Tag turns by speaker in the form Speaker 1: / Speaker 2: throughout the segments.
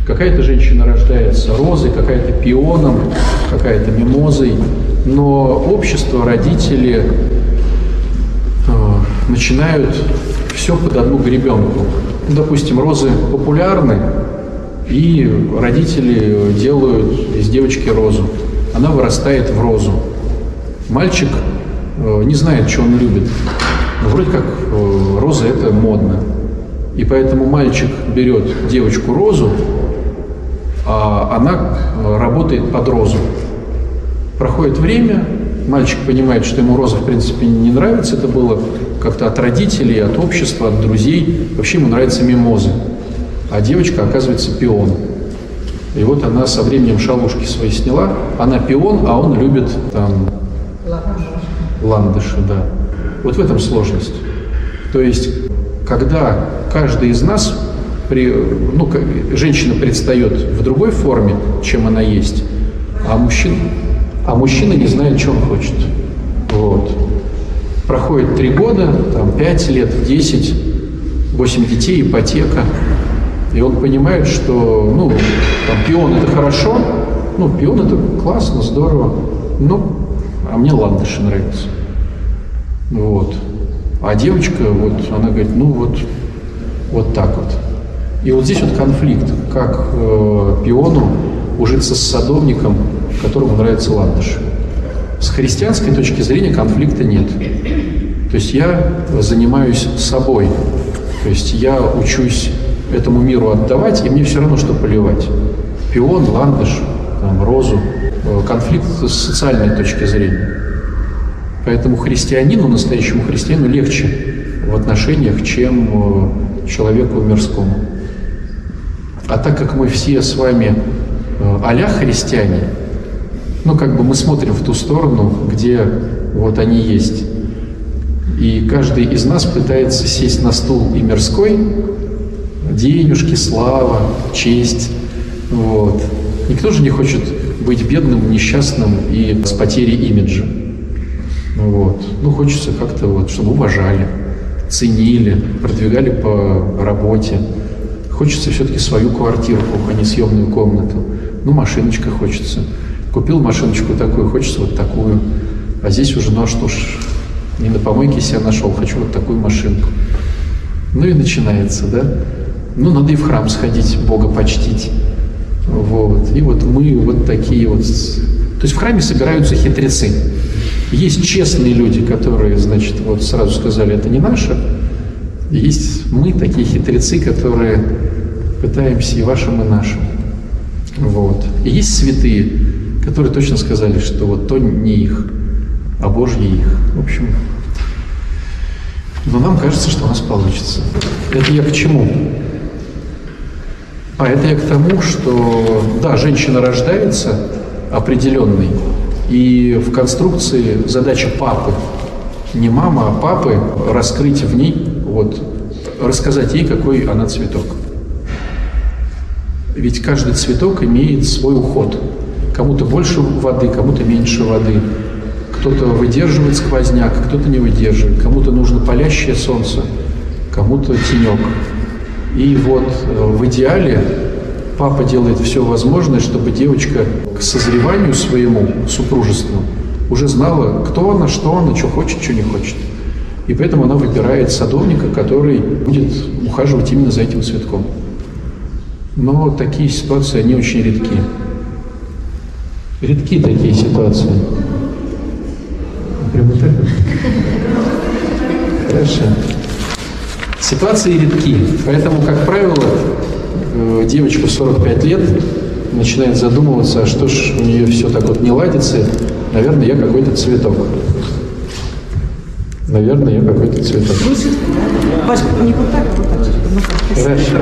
Speaker 1: Какая-то женщина рождается розой, какая-то пионом, какая-то мимозой, но общество, родители начинают все под одну гребенку. Допустим, розы популярны, и родители делают из девочки розу. Она вырастает в розу. Мальчик не знает, что он любит. Но вроде как роза – это модно. И поэтому мальчик берет девочку-розу, а она работает под розу. Проходит время, мальчик понимает, что ему роза, в принципе, не нравится. Это было как-то от родителей, от общества, от друзей. Вообще ему нравятся мимозы. А девочка, оказывается, пион. И вот она со временем шалушки свои сняла. Она пион, а он любит там ландыши, да. Вот в этом сложность. То есть, когда каждый из нас, женщина предстает в другой форме, чем она есть, а мужчина не знает, что он хочет. Вот. Проходит 3 года, 5 лет, 10, 8 детей, ипотека. И он понимает, что, пион это хорошо, пион это классно, здорово, а мне ландыши нравятся. Вот. А девочка, она говорит, вот так вот. И вот здесь вот конфликт, как пиону ужиться с садовником, которому нравятся ландыши. С христианской точки зрения конфликта нет. То есть я занимаюсь собой, то есть я учусь этому миру отдавать, и мне все равно, что поливать. Пион, ландыш, розу. Конфликт с социальной точки зрения. Поэтому христианину, настоящему христианину, легче в отношениях, чем человеку мирскому. А так как мы все с вами а-ля христиане, мы смотрим в ту сторону, где они есть. И каждый из нас пытается сесть на стул и мирской, денежки, слава, честь. Вот. Никто же не хочет быть бедным, несчастным и с потерей имиджа. Вот. Хочется как-то чтобы уважали, ценили, продвигали по работе. Хочется все-таки свою квартирку, а не съемную комнату. Машиночка хочется. Купил машиночку такую, хочется вот такую. А здесь уже, что ж, не на помойке себя нашел, хочу вот такую машинку. И начинается, да? Надо и в храм сходить, Бога почтить. Вот. И мы такие вот. То есть в храме собираются хитрецы. Есть честные люди, которые, сразу сказали, это не наше. И есть мы, такие хитрецы, которые пытаемся и вашим, и нашим. Вот. И есть святые, которые точно сказали, что то не их, а Божье их. В общем, но нам кажется, что у нас получится. Это я к чему? Это я к тому, что, да, женщина рождается определенной, и в конструкции задача папы, не мамы, а папы, раскрыть в ней, рассказать ей, какой она цветок. Ведь каждый цветок имеет свой уход. Кому-то больше воды, кому-то меньше воды. Кто-то выдерживает сквозняк, кто-то не выдерживает. Кому-то нужно палящее солнце, кому-то тенек. И в идеале папа делает все возможное, чтобы девочка к созреванию своему, супружеству, уже знала, кто она, что хочет, что не хочет. И поэтому она выбирает садовника, который будет ухаживать именно за этим цветком. Но такие ситуации, они очень редки. Редки такие ситуации. Прямо так? Хорошо. Ситуации редки. Поэтому, как правило, девочка в 45 лет начинает задумываться, а что ж у нее все так не ладится. Наверное, я какой-то цветок. Наверное, я какой-то цветок.
Speaker 2: Не вот так, а вот так.
Speaker 1: Хорошо.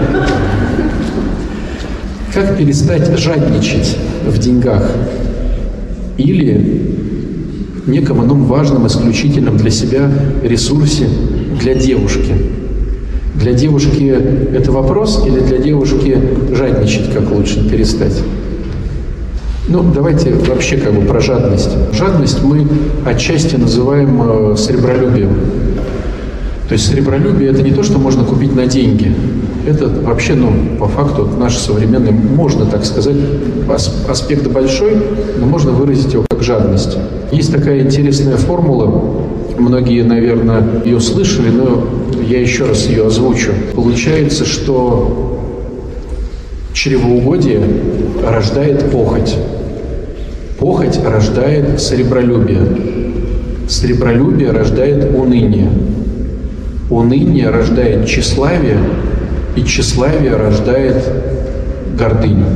Speaker 1: Как перестать жадничать в деньгах или неком ином важном, исключительном для себя ресурсе для девушки? Для девушки это вопрос или для девушки жадничать как лучше перестать? Давайте вообще про жадность. Жадность мы отчасти называем сребролюбием. То есть сребролюбие – это не то, что можно купить на деньги. это вообще, по факту, наш современный, можно так сказать, аспект большой, но можно выразить его как жадность. Есть такая интересная формула, многие, наверное, ее слышали, но я еще раз ее озвучу. Получается, что чревоугодие рождает похоть. Похоть рождает сребролюбие. Сребролюбие рождает уныние. Уныние рождает тщеславие, и тщеславие рождает гордыню.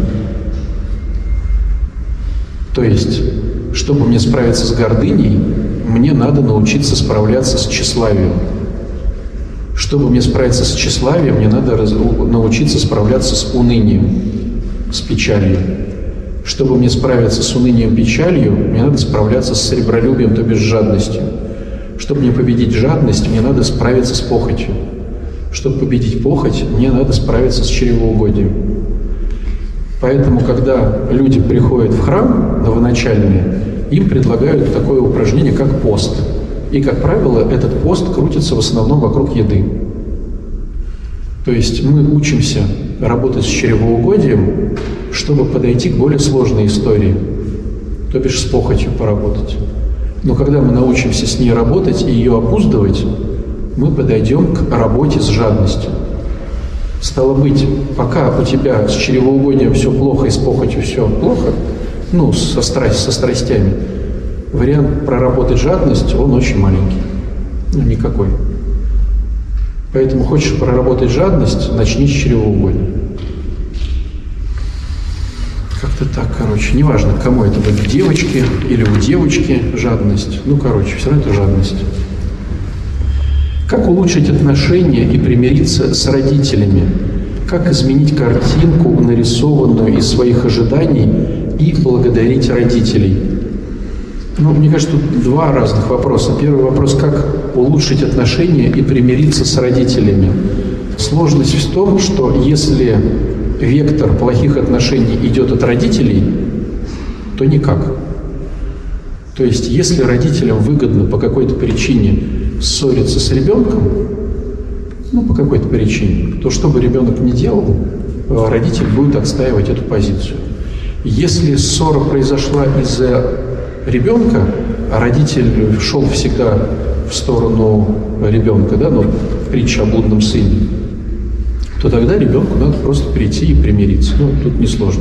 Speaker 1: То есть, чтобы мне справиться с гордыней, мне надо научиться справляться с тщеславием. Чтобы мне справиться с тщеславием, мне надо научиться справляться с унынием, с печалью. Чтобы мне справиться с унынием, печалью, мне надо справляться с сребролюбием, то бишь с жадностью. Чтобы мне победить жадность, мне надо справиться с похотью. Чтобы победить похоть, мне надо справиться с чревоугодием. Поэтому, когда люди приходят в храм новоначальные, им предлагают такое упражнение, как пост. И, как правило, этот пост крутится в основном вокруг еды. То есть мы учимся работать с чревоугодием, чтобы подойти к более сложной истории, то бишь с похотью поработать. Но когда мы научимся с ней работать и ее опуздывать, мы подойдем к работе с жадностью. Стало быть, пока у тебя с чревоугодием все плохо и с похотью все плохо, со страстями, вариант проработать жадность, он очень маленький. Никакой. Поэтому хочешь проработать жадность, начни с чревоугодия. Как-то так, неважно, кому это будет, девочке или у девочки жадность. Все равно это жадность. Как улучшить отношения и примириться с родителями? Как изменить картинку, нарисованную из своих ожиданий, и благодарить родителей? Мне кажется, тут два разных вопроса. Первый вопрос, как улучшить отношения и примириться с родителями. Сложность в том, что если вектор плохих отношений идет от родителей, то никак. То есть, если родителям выгодно по какой-то причине ссориться с ребенком, по какой-то причине, то что бы ребенок ни делал, родитель будет отстаивать эту позицию. Если ссора произошла из-за ребенка, а родитель шел всегда в сторону ребенка, притча о блудном сыне, то тогда ребенку надо просто прийти и примириться. Тут несложно,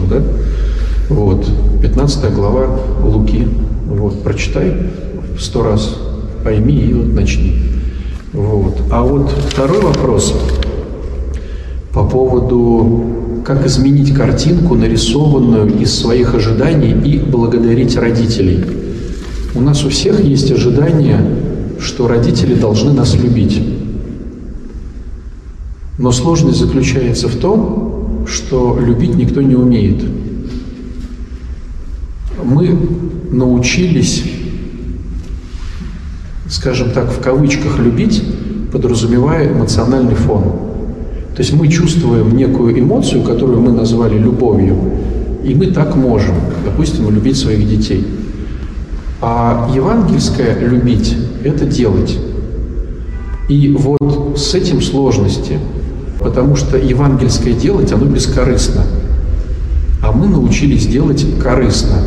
Speaker 1: 15 глава Луки. Прочитай 100 раз, пойми и начни. А второй вопрос по поводу, как изменить картинку, нарисованную из своих ожиданий, и благодарить родителей. У нас у всех есть ожидание, что родители должны нас любить. Но сложность заключается в том, что любить никто не умеет. Мы научились, скажем так, в кавычках любить, подразумевая эмоциональный фон. То есть мы чувствуем некую эмоцию, которую мы назвали любовью, и мы так можем, допустим, любить своих детей. А евангельское любить – это делать. И с этим сложности, потому что евангельское делать, оно бескорыстно, а мы научились делать корыстно.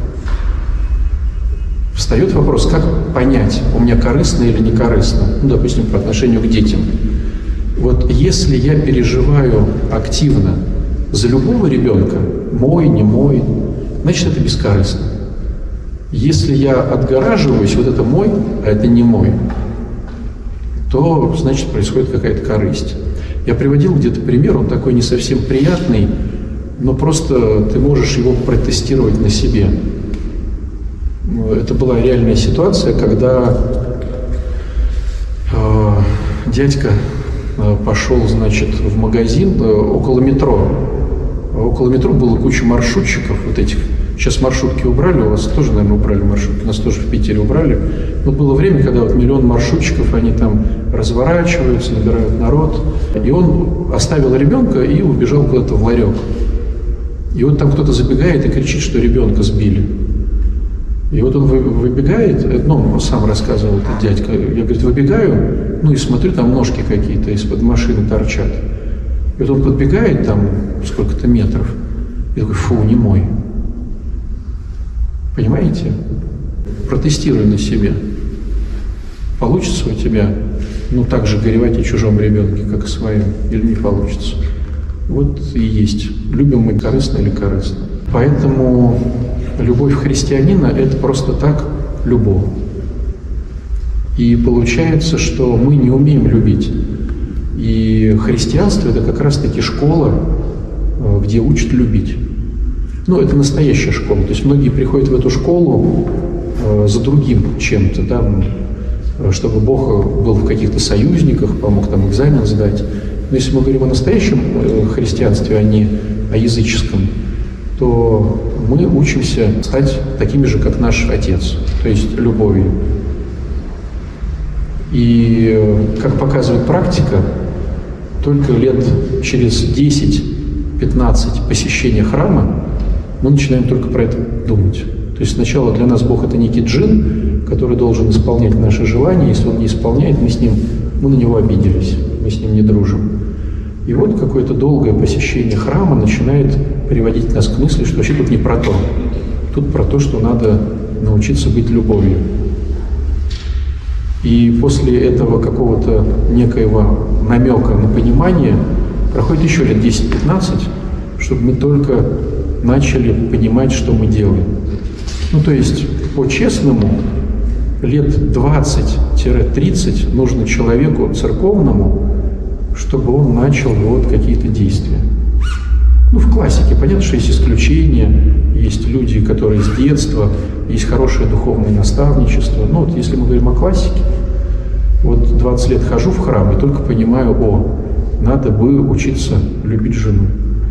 Speaker 1: Встает вопрос, как понять, у меня корыстно или не корыстно, допустим, по отношению к детям. Если я переживаю активно за любого ребенка, мой, не мой, значит, это бескорыстно. Если я отгораживаюсь, это мой, а это не мой, то, значит, происходит какая-то корысть. Я приводил где-то пример, он такой не совсем приятный, но просто ты можешь его протестировать на себе. Это была реальная ситуация, когда дядька пошел, в магазин около метро. Около метро было куча маршрутчиков этих. Сейчас маршрутки убрали, у вас тоже, наверное, убрали маршрутки, нас тоже в Питере убрали. Но было время, когда миллион маршрутчиков, они там разворачиваются, набирают народ. И он оставил ребенка и убежал куда-то в ларек. И там кто-то забегает и кричит, что ребенка сбили. И он выбегает, он сам рассказывал, этот дядька, я, выбегаю, и смотрю, там ножки какие-то из-под машины торчат. И вот он подбегает там сколько-то метров, и такой: фу, не мой. Понимаете? Протестируй на себе. Получится у тебя, так же горевать о чужом ребенке, как о своем, или не получится? Вот и есть. Любим мы корыстно или корыстно. Поэтому любовь христианина – это просто так любовь. И получается, что мы не умеем любить. И христианство – это как раз-таки школа, где учат любить. Это настоящая школа. То есть многие приходят в эту школу за другим чем-то, да, чтобы Бог был в каких-то союзниках, помог там экзамен сдать. Но если мы говорим о настоящем христианстве, а не о языческом, то мы учимся стать такими же, как наш Отец, то есть любовью. И, как показывает практика, только лет через 10-15 посещения храма мы начинаем только про это думать. То есть сначала для нас Бог – это некий джин, который должен исполнять наши желания. Если он не исполняет, мы на него обиделись, мы с ним не дружим. И вот какое-то долгое посещение храма начинает приводить нас к мысли, что вообще тут не про то. Тут про то, что надо научиться быть любовью. И после этого какого-то некоего намека на понимание проходит еще лет 10-15, чтобы мы только начали понимать, что мы делаем. То есть, по-честному, лет 20-30 нужно человеку церковному, чтобы он начал какие-то действия. В классике понятно, что есть исключения, есть люди, которые с детства, есть хорошее духовное наставничество. Если мы говорим о классике, 20 лет хожу в храм и только понимаю, надо бы учиться любить жену.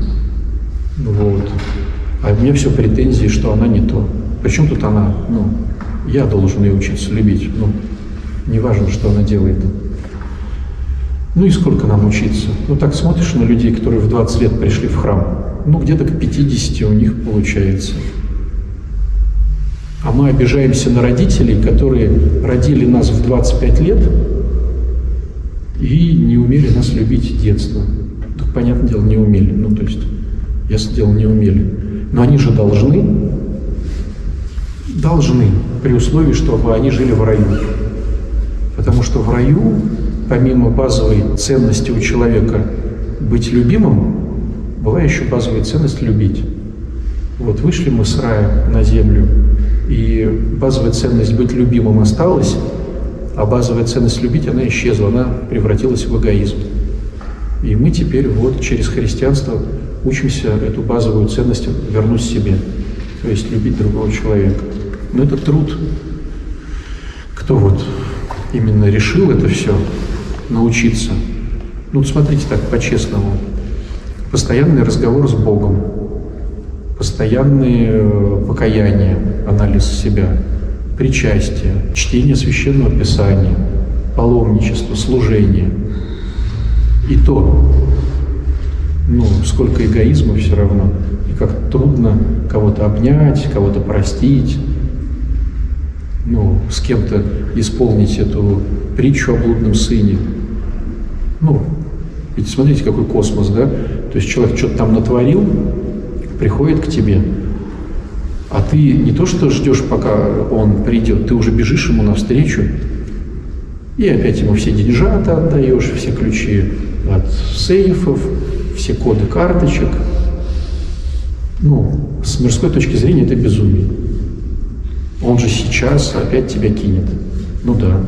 Speaker 1: А у меня все претензии, что она не то. Причем тут она? Я должен ее учиться любить. Не важно, что она делает. И сколько нам учиться? Так смотришь на людей, которые в 20 лет пришли в храм. Где-то к 50 у них получается. А мы обижаемся на родителей, которые родили нас в 25 лет и не умели нас любить с детства. Понятное дело, не умели. То есть, ясно дело, не умели. Но они же должны, при условии, чтобы они жили в раю. Потому что в раю, помимо базовой ценности у человека быть любимым, была еще базовая ценность любить. Вышли мы с рая на землю, и базовая ценность быть любимым осталась, а базовая ценность любить, она исчезла, она превратилась в эгоизм. И мы теперь через христианство учимся эту базовую ценность вернуть себе, то есть любить другого человека. Но это труд. Кто именно решил это все научиться? Смотрите так, по-честному. Постоянный разговор с Богом, постоянные покаяния, анализ себя, причастие, чтение Священного Писания, паломничество, служение. И то, сколько эгоизма все равно, и как трудно кого-то обнять, кого-то простить, с кем-то исполнить эту притчу о блудном сыне. Ведь смотрите, какой космос, да? То есть человек что-то там натворил, приходит к тебе, а ты не то что ждешь, пока он придет, ты уже бежишь ему навстречу, и опять ему все деньжата отдаешь, все ключи от сейфов, все коды карточек. С мирской точки зрения это безумие. Он же сейчас опять тебя кинет. Да.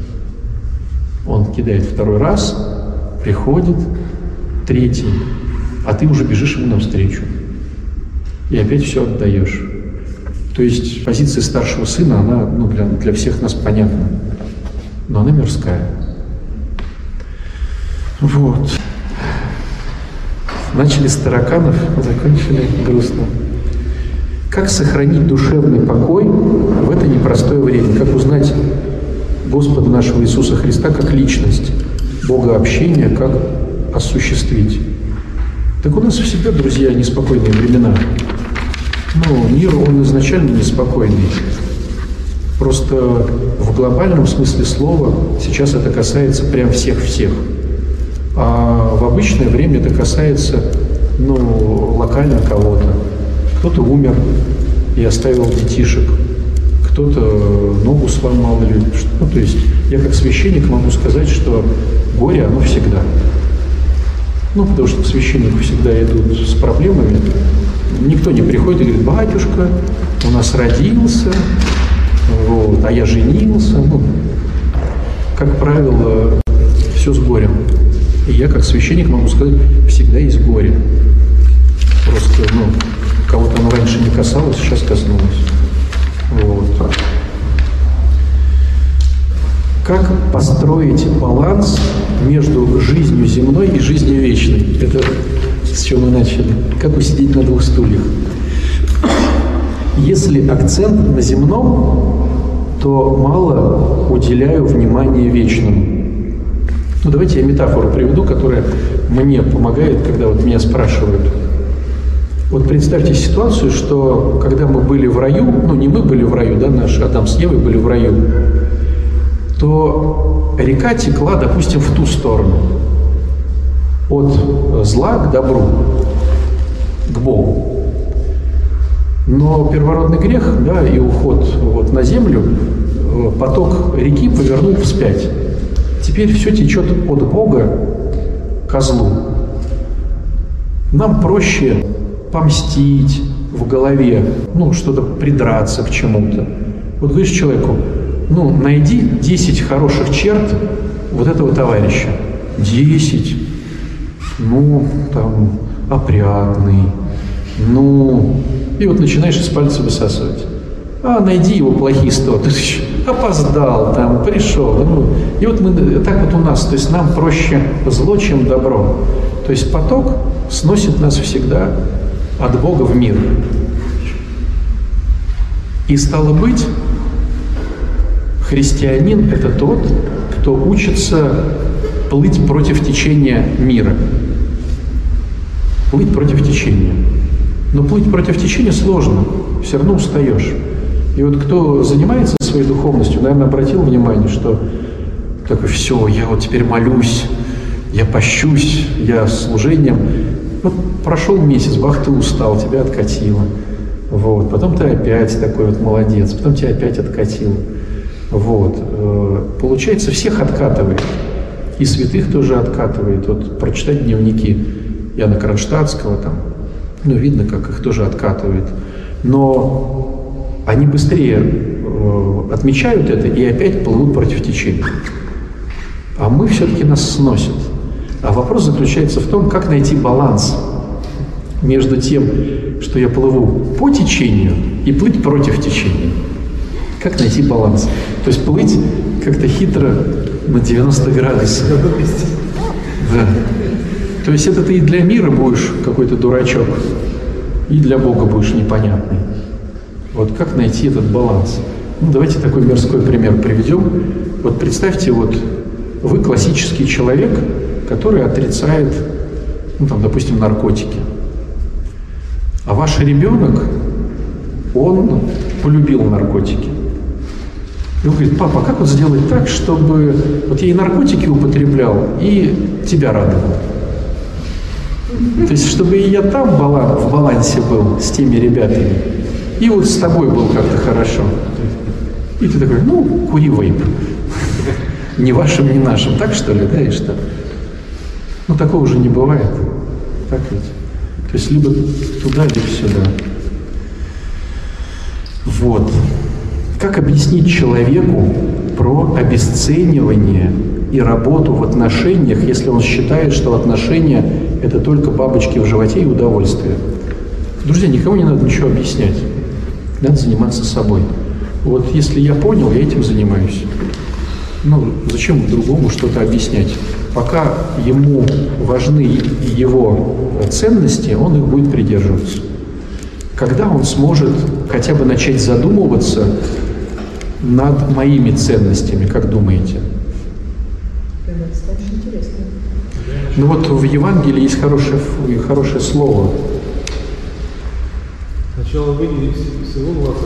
Speaker 1: Он кидает второй раз, приходит, третий, а ты уже бежишь ему навстречу. И опять все отдаешь. То есть позиция старшего сына, она для всех нас понятна, но она мирская. Начали с тараканов, закончили грустно. Как сохранить душевный покой в это непростое время? Как узнать Господа нашего Иисуса Христа как личность, Бога общения, как осуществить? Так у нас всегда, друзья, неспокойные времена. Мир, он изначально неспокойный. Просто в глобальном смысле слова сейчас это касается прям всех-всех. А в обычное время это касается, локально кого-то. Кто-то умер и оставил детишек, кто-то ногу сломал или что. То есть я как священник могу сказать, что горе, оно всегда. Потому что к священнику всегда идут с проблемами. Никто не приходит и говорит: батюшка, у нас родился, а я женился. Как правило, все с горем. И я как священник могу сказать, всегда есть горе. Просто, кого-то оно раньше не касалось, сейчас коснулось. Как построить баланс между жизнью земной и жизнью вечной? Это с чего мы начали. Как усидеть на двух стульях? Если акцент на земном, то мало уделяю внимания вечному. Давайте я метафору приведу, которая мне помогает, когда меня спрашивают. Представьте ситуацию, что когда мы были в раю, не мы были в раю, наш Адам с Евой были в раю, то река текла, допустим, в ту сторону, от зла к добру, к Богу. Но первородный грех, и уход на землю, поток реки повернул вспять. Теперь все течет от Бога ко злу. Нам проще помстить в голове, что-то придраться к чему-то. Говоришь человеку: найди 10 хороших черт этого товарища. 10. Опрятный. И начинаешь из пальца высасывать. Найди его плохие стороны. Опоздал, пришел. И мы так у нас, то есть нам проще зло, чем добро. То есть поток сносит нас всегда от Бога в мир. И стало быть, христианин – это тот, кто учится плыть против течения мира. Плыть против течения. Но плыть против течения сложно, все равно устаешь. И кто занимается своей духовностью, наверное, обратил внимание, что такой: все, я теперь молюсь, я пощусь, я служением. Прошел месяц, бах, ты устал, тебя откатило. Потом ты опять такой молодец, потом тебя опять откатило. Получается, всех откатывает. И святых тоже откатывает. Прочитать дневники Иоанна Кронштадтского, видно, как их тоже откатывает. Но они быстрее отмечают это и опять плывут против течения. А мы все-таки нас сносят. А вопрос заключается в том, как найти баланс между тем, что я плыву по течению, и плыть против течения. Как найти баланс? То есть плыть как-то хитро на 90 градусов. Да. То есть это ты и для мира будешь какой-то дурачок, и для Бога будешь непонятный. Как найти этот баланс? Давайте такой мирской пример приведем. Представьте, вы классический человек, который отрицает, допустим, наркотики. А ваш ребенок, он полюбил наркотики. И он говорит: папа, как сделать так, чтобы я и наркотики употреблял, и тебя радовал? То есть, чтобы и я там в балансе был с теми ребятами, и с тобой был как-то хорошо. И ты такой: кури вейп. Ни вашим, ни нашим. Так что ли, и что? Такого уже не бывает. Так ведь? То есть, либо туда, либо сюда. Как объяснить человеку про обесценивание и работу в отношениях, если он считает, что отношения – это только бабочки в животе и удовольствие? Друзья, никому не надо ничего объяснять. Надо заниматься собой. Если я понял, я этим занимаюсь. Зачем другому что-то объяснять? Пока ему важны его ценности, он их будет придерживаться. Когда он сможет хотя бы начать задумываться над моими ценностями, как думаете?
Speaker 2: Это очень интересно.
Speaker 1: В Евангелии есть хорошее слово.
Speaker 3: Сначала выделить всего глаза.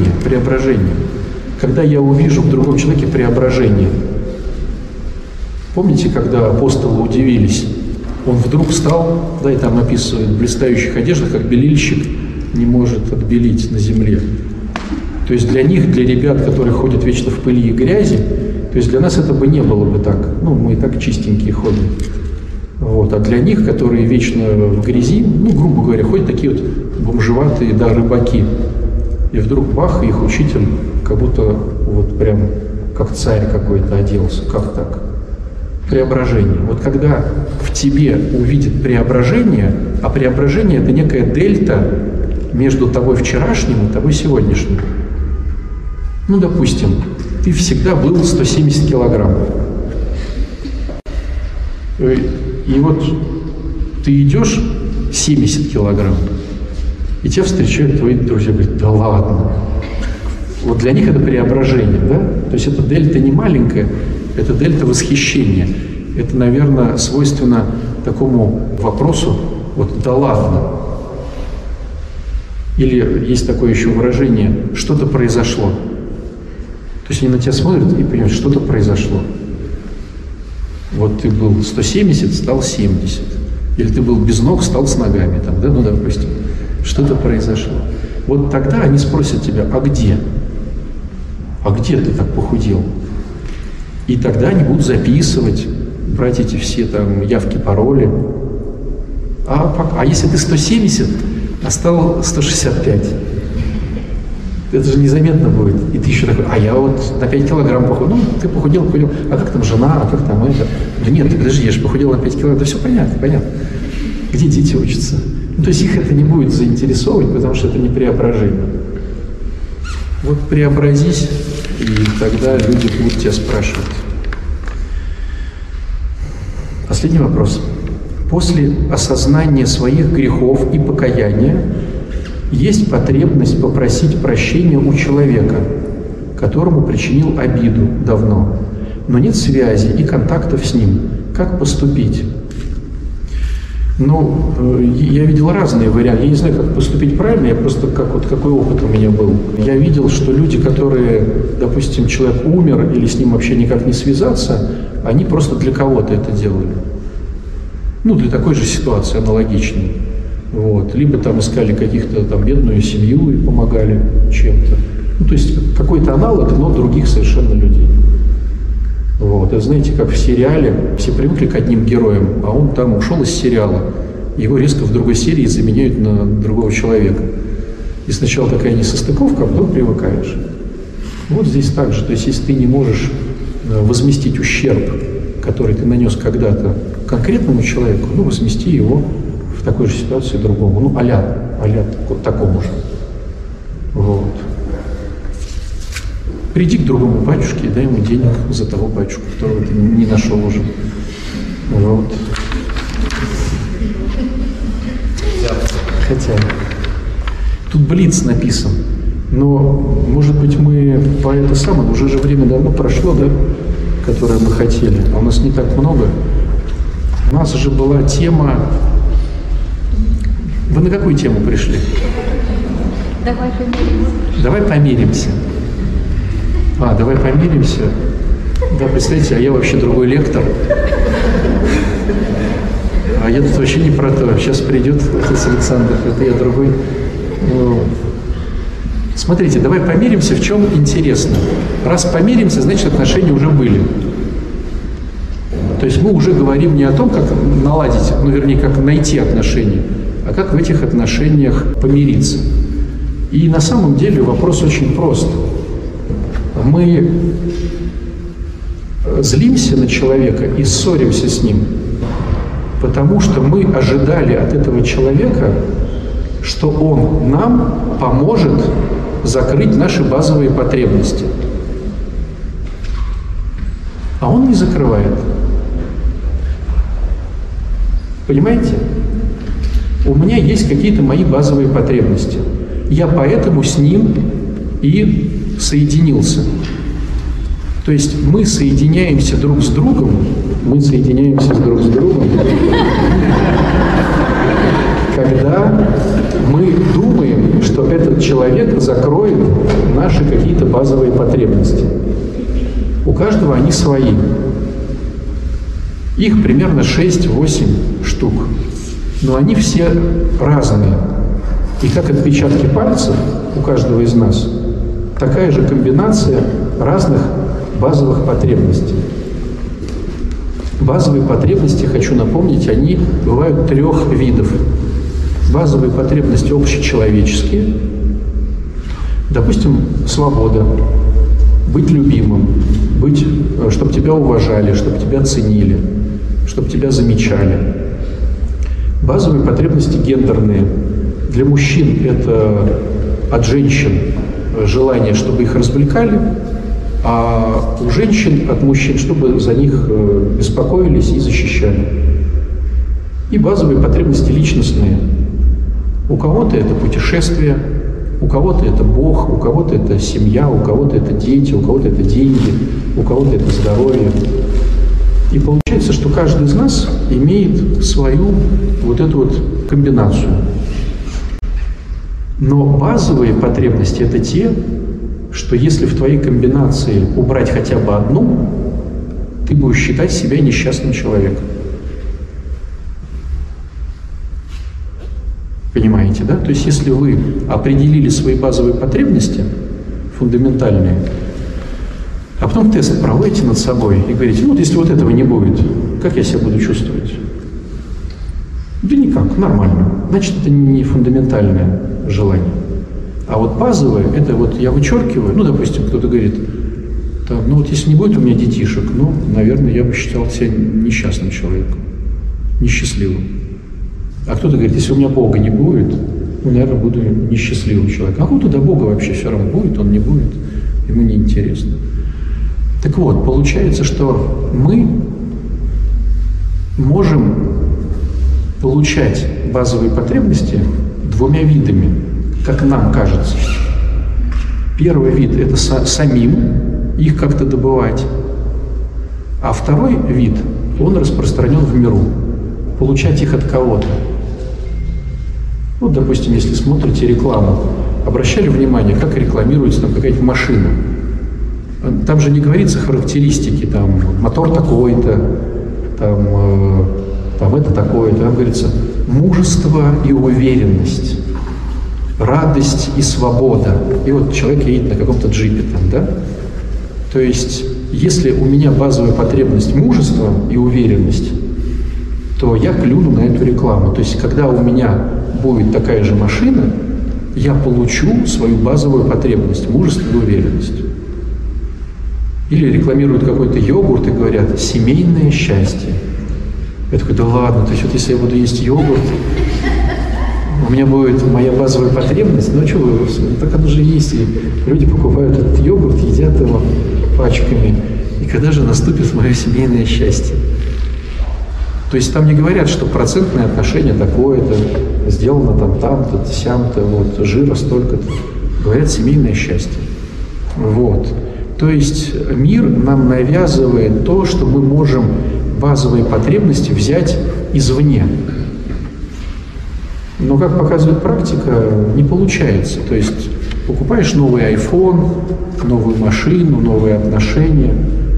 Speaker 1: Преображение. Когда я увижу в другом человеке преображение. Помните, когда апостолы удивились? Он вдруг встал, да, и там описывают, в блистающих одеждах, как белильщик не может отбелить на земле. То есть для них, для ребят, которые ходят вечно в пыли и грязи, то есть для нас это бы не было бы так. Ну, мы и так чистенькие ходим. Вот. А для них, которые вечно в грязи, ну, грубо говоря, ходят такие вот бомжеватые, да, рыбаки. И вдруг бах, их учитель как будто вот прям как царь какой-то оделся. Как так? Преображение. Вот когда в тебе увидит преображение, а преображение – это некая дельта между тобой вчерашним и тобой сегодняшним. Ну, допустим, ты всегда был 170 килограмм. И вот ты идешь 70 килограмм, и тебя встречают твои друзья, говорят, да ладно. Вот для них это преображение, да? То есть это дельта не маленькая, это дельта восхищения. Это, наверное, свойственно такому вопросу, вот, да ладно. Или есть такое еще выражение, что-то произошло. То есть они на тебя смотрят и понимают, что-то произошло. Вот ты был 170, стал 70. Или ты был без ног, стал с ногами, там, да? Ну, допустим, что-то произошло. Вот тогда они спросят тебя, а где? А где ты так похудел? И тогда они будут записывать, брать эти все там явки, пароли. А если ты 170, а стал 165? Это же незаметно будет. И ты еще такой, а я вот на 5 килограмм похудел. Ну, ты похудел. А как там жена, а как там это? Да нет, подожди, я же похудел на 5 килограмм. Да все понятно. Где дети учатся? Ну, то есть их это не будет заинтересовывать, потому что это не преображение. Вот преобразись, и тогда люди будут тебя спрашивать. Последний вопрос. После осознания своих грехов и покаяния есть потребность попросить прощения у человека, которому причинил обиду давно, но нет связи и контактов с ним. Как поступить? Ну, я видел разные варианты. Я не знаю, как поступить правильно, я просто какой опыт у меня был. Я видел, что люди, которые, допустим, человек умер или с ним вообще никак не связаться, они просто для кого-то это делали. Ну, для такой же ситуации аналогичной. Вот. Либо там искали каких-то там бедную семью и помогали чем-то. Ну, то есть какой-то аналог, но других совершенно людей. Вот. И знаете, как в сериале, все привыкли к одним героям, а он там ушел из сериала. Его резко в другой серии заменяют на другого человека. И сначала такая несостыковка, а потом привыкаешь. Вот здесь так же. То есть если ты не можешь возместить ущерб, который ты нанес когда-то конкретному человеку, ну, возмести его в такой же ситуации другому. Ну, а-ля вот такому же. Вот. Приди к другому батюшке и дай ему денег за того батюшку, которого ты не нашел уже. Вот. Хотя тут блиц написан. Но, может быть, мы по это самое, уже же время давно прошло, да, которое мы хотели. А у нас не так много. У нас же была тема... Вы на какую тему пришли?
Speaker 4: Давай помиримся.
Speaker 1: Давай помиримся. Давай помиримся. Да, представляете, а я вообще другой лектор. А я тут вообще не про то. Сейчас придет отец Александр, это я другой. Смотрите, давай помиримся, в чем интересно. Раз помиримся, значит, отношения уже были. То есть мы уже говорим не о том, как наладить, ну, вернее, как найти отношения, а как в этих отношениях помириться. И на самом деле вопрос очень прост. Мы злимся на человека и ссоримся с ним, потому что мы ожидали от этого человека, что он нам поможет закрыть наши базовые потребности. А он не закрывает. Понимаете? У меня есть какие-то мои базовые потребности. Я поэтому с ним и соединился. То есть мы соединяемся друг с другом, когда мы думаем, что этот человек закроет наши какие-то базовые потребности. У каждого они свои. Их примерно 6-8 штук. Но они все разные. И как отпечатки пальцев у каждого из нас, такая же комбинация разных базовых потребностей. Базовые потребности, хочу напомнить, они бывают 3 видов. Базовые потребности общечеловеческие, допустим, свобода, быть любимым, чтобы тебя уважали, чтобы тебя ценили, чтобы тебя замечали. Базовые потребности гендерные. Для мужчин это от женщин желание, чтобы их развлекали, а у женщин от мужчин, чтобы за них беспокоились и защищали. И базовые потребности личностные. У кого-то это путешествие, у кого-то это Бог, у кого-то это семья, у кого-то это дети, у кого-то это деньги, у кого-то это здоровье. И получается, что каждый из нас имеет свою вот эту вот комбинацию. Но базовые потребности – это те, что если в твоей комбинации убрать хотя бы одну, ты будешь считать себя несчастным человеком. Понимаете, да? То есть если вы определили свои базовые потребности, фундаментальные, а потом тест проводите над собой и говорите, ну вот если вот этого не будет, как я себя буду чувствовать? Да никак, нормально. Значит, это не фундаментальное желание. А вот базовое, это вот я вычеркиваю, ну, допустим, кто-то говорит, там, ну вот если не будет у меня детишек, ну, наверное, я бы считал себя несчастным человеком, несчастливым. А кто-то говорит, если у меня Бога не будет, ну, наверное, буду несчастливым человеком. А кому-то до Бога вообще все равно будет, он не будет, ему неинтересно. Так вот, получается, что мы можем получать базовые потребности 2 видами, как нам кажется. Первый вид – это самим их как-то добывать. А второй вид, он распространен в миру. Получать их от кого-то. Вот, допустим, если смотрите рекламу, обращали внимание, как рекламируется там какая-нибудь машина. Там же не говорится характеристики, там мотор такой-то, там это такое-то. Там говорится мужество и уверенность, радость и свобода. И вот человек едет на каком-то джипе там, да? То есть, если у меня базовая потребность мужества и уверенность, то я клюну на эту рекламу. То есть, когда у меня будет такая же машина, я получу свою базовую потребность мужество и уверенность. Или рекламируют какой-то йогурт и говорят «семейное счастье». Я такой, да ладно, то есть вот если я буду есть йогурт, у меня будет моя базовая потребность, ну что вы, так оно же есть, и люди покупают этот йогурт, едят его пачками, и когда же наступит мое семейное счастье? То есть там не говорят, что процентное отношение такое-то, сделано там там-то, сям-то, вот, жира столько-то. Говорят семейное счастье. Вот. То есть мир нам навязывает то, что мы можем базовые потребности взять извне. Но, как показывает практика, не получается. То есть покупаешь новый iPhone, новую машину, новые отношения,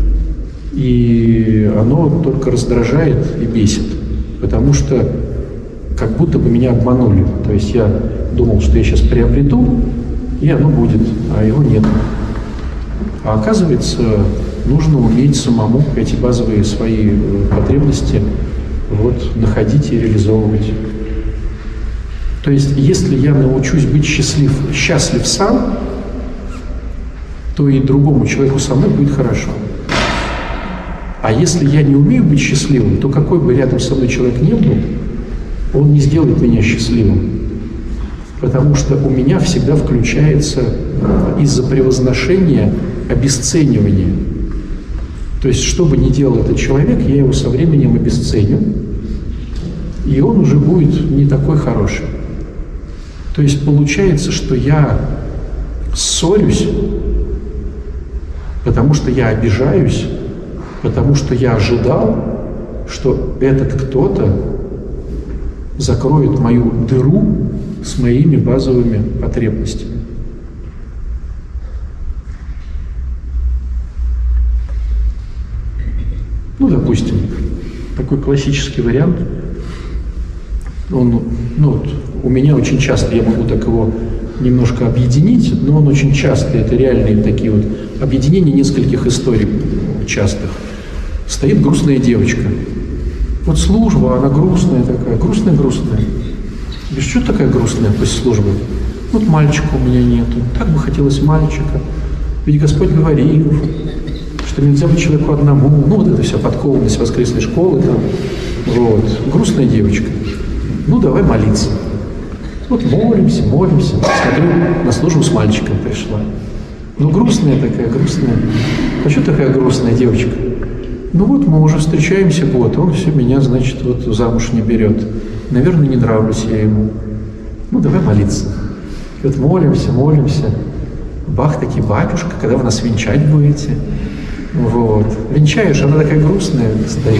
Speaker 1: и оно только раздражает и бесит, потому что как будто бы меня обманули. То есть я думал, что я сейчас приобрету, и оно будет, а его нет. А оказывается, нужно уметь самому эти базовые свои потребности вот, находить и реализовывать. То есть, если я научусь быть счастлив сам, то и другому человеку со мной будет хорошо. А если я не умею быть счастливым, то какой бы рядом со мной человек ни был, он не сделает меня счастливым. Потому что у меня всегда включается из-за превозношения обесценивание. То есть, что бы ни делал этот человек, я его со временем обесценю, и он уже будет не такой хороший. То есть, получается, что я ссорюсь, потому что я обижаюсь, потому что я ожидал, что этот кто-то закроет мою дыру с моими базовыми потребностями. Ну, допустим, такой классический вариант. Он, ну, вот, у меня очень часто, я могу так его немножко объединить, но он очень часто, это реальные такие вот объединения нескольких историй частых. Стоит грустная девочка. Вот служба, она грустная такая, грустная-грустная. Говоришь, что такая грустная после службы? Вот мальчика у меня нету, так бы хотелось мальчика. Ведь Господь говорил, что нельзя быть человеку одному. Ну, вот это вся подкованность воскресной школы там. Вот. Грустная девочка. Ну, давай молиться. Вот молимся. Смотрю, на службу с мальчиком пришла. Ну, грустная такая, грустная. А что такая грустная девочка? Ну, вот мы уже встречаемся год, он все меня, значит, вот замуж не берет. Наверное, не нравлюсь я ему. Ну, давай молиться. И вот молимся. Бах, таки, батюшка, когда вы нас венчать будете? Вот. Венчаешь, она такая грустная стоит.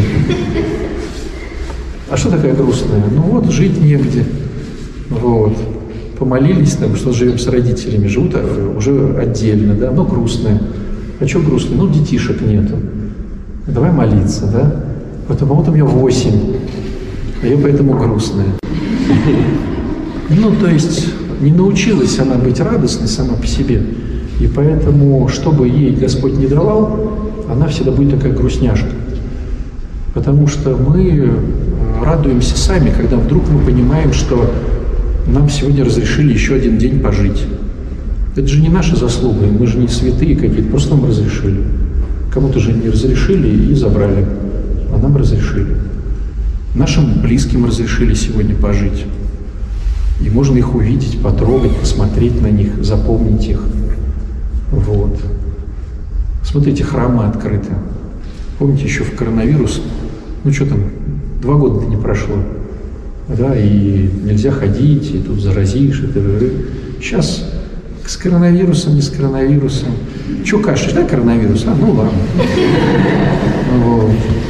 Speaker 1: А что такая грустная? Ну вот, жить негде. Вот. Помолились там, что живем с родителями, живут уже отдельно, да, но грустная. А что грустная? Ну, детишек нету. Давай молиться, да? Потому вот у меня 8, а я поэтому грустная. Ну, то есть, не научилась она быть радостной сама по себе. И поэтому, что бы ей Господь не давал, она всегда будет такая грустняшка. Потому что мы радуемся сами, когда вдруг мы понимаем, что нам сегодня разрешили еще один день пожить. Это же не наша заслуга, мы же не святые какие-то, просто нам разрешили. Кому-то же не разрешили и забрали, а нам разрешили. Нашим близким разрешили сегодня пожить. И можно их увидеть, потрогать, посмотреть на них, запомнить их. Вот. Смотрите, храмы открыты. Помните, еще в коронавирус, ну что там, 2 года не прошло. Да, и нельзя ходить, и тут заразишь, и т.д. Сейчас с коронавирусом, не с коронавирусом. Че кашляешь, да, коронавирус? А, ну ладно. Вот.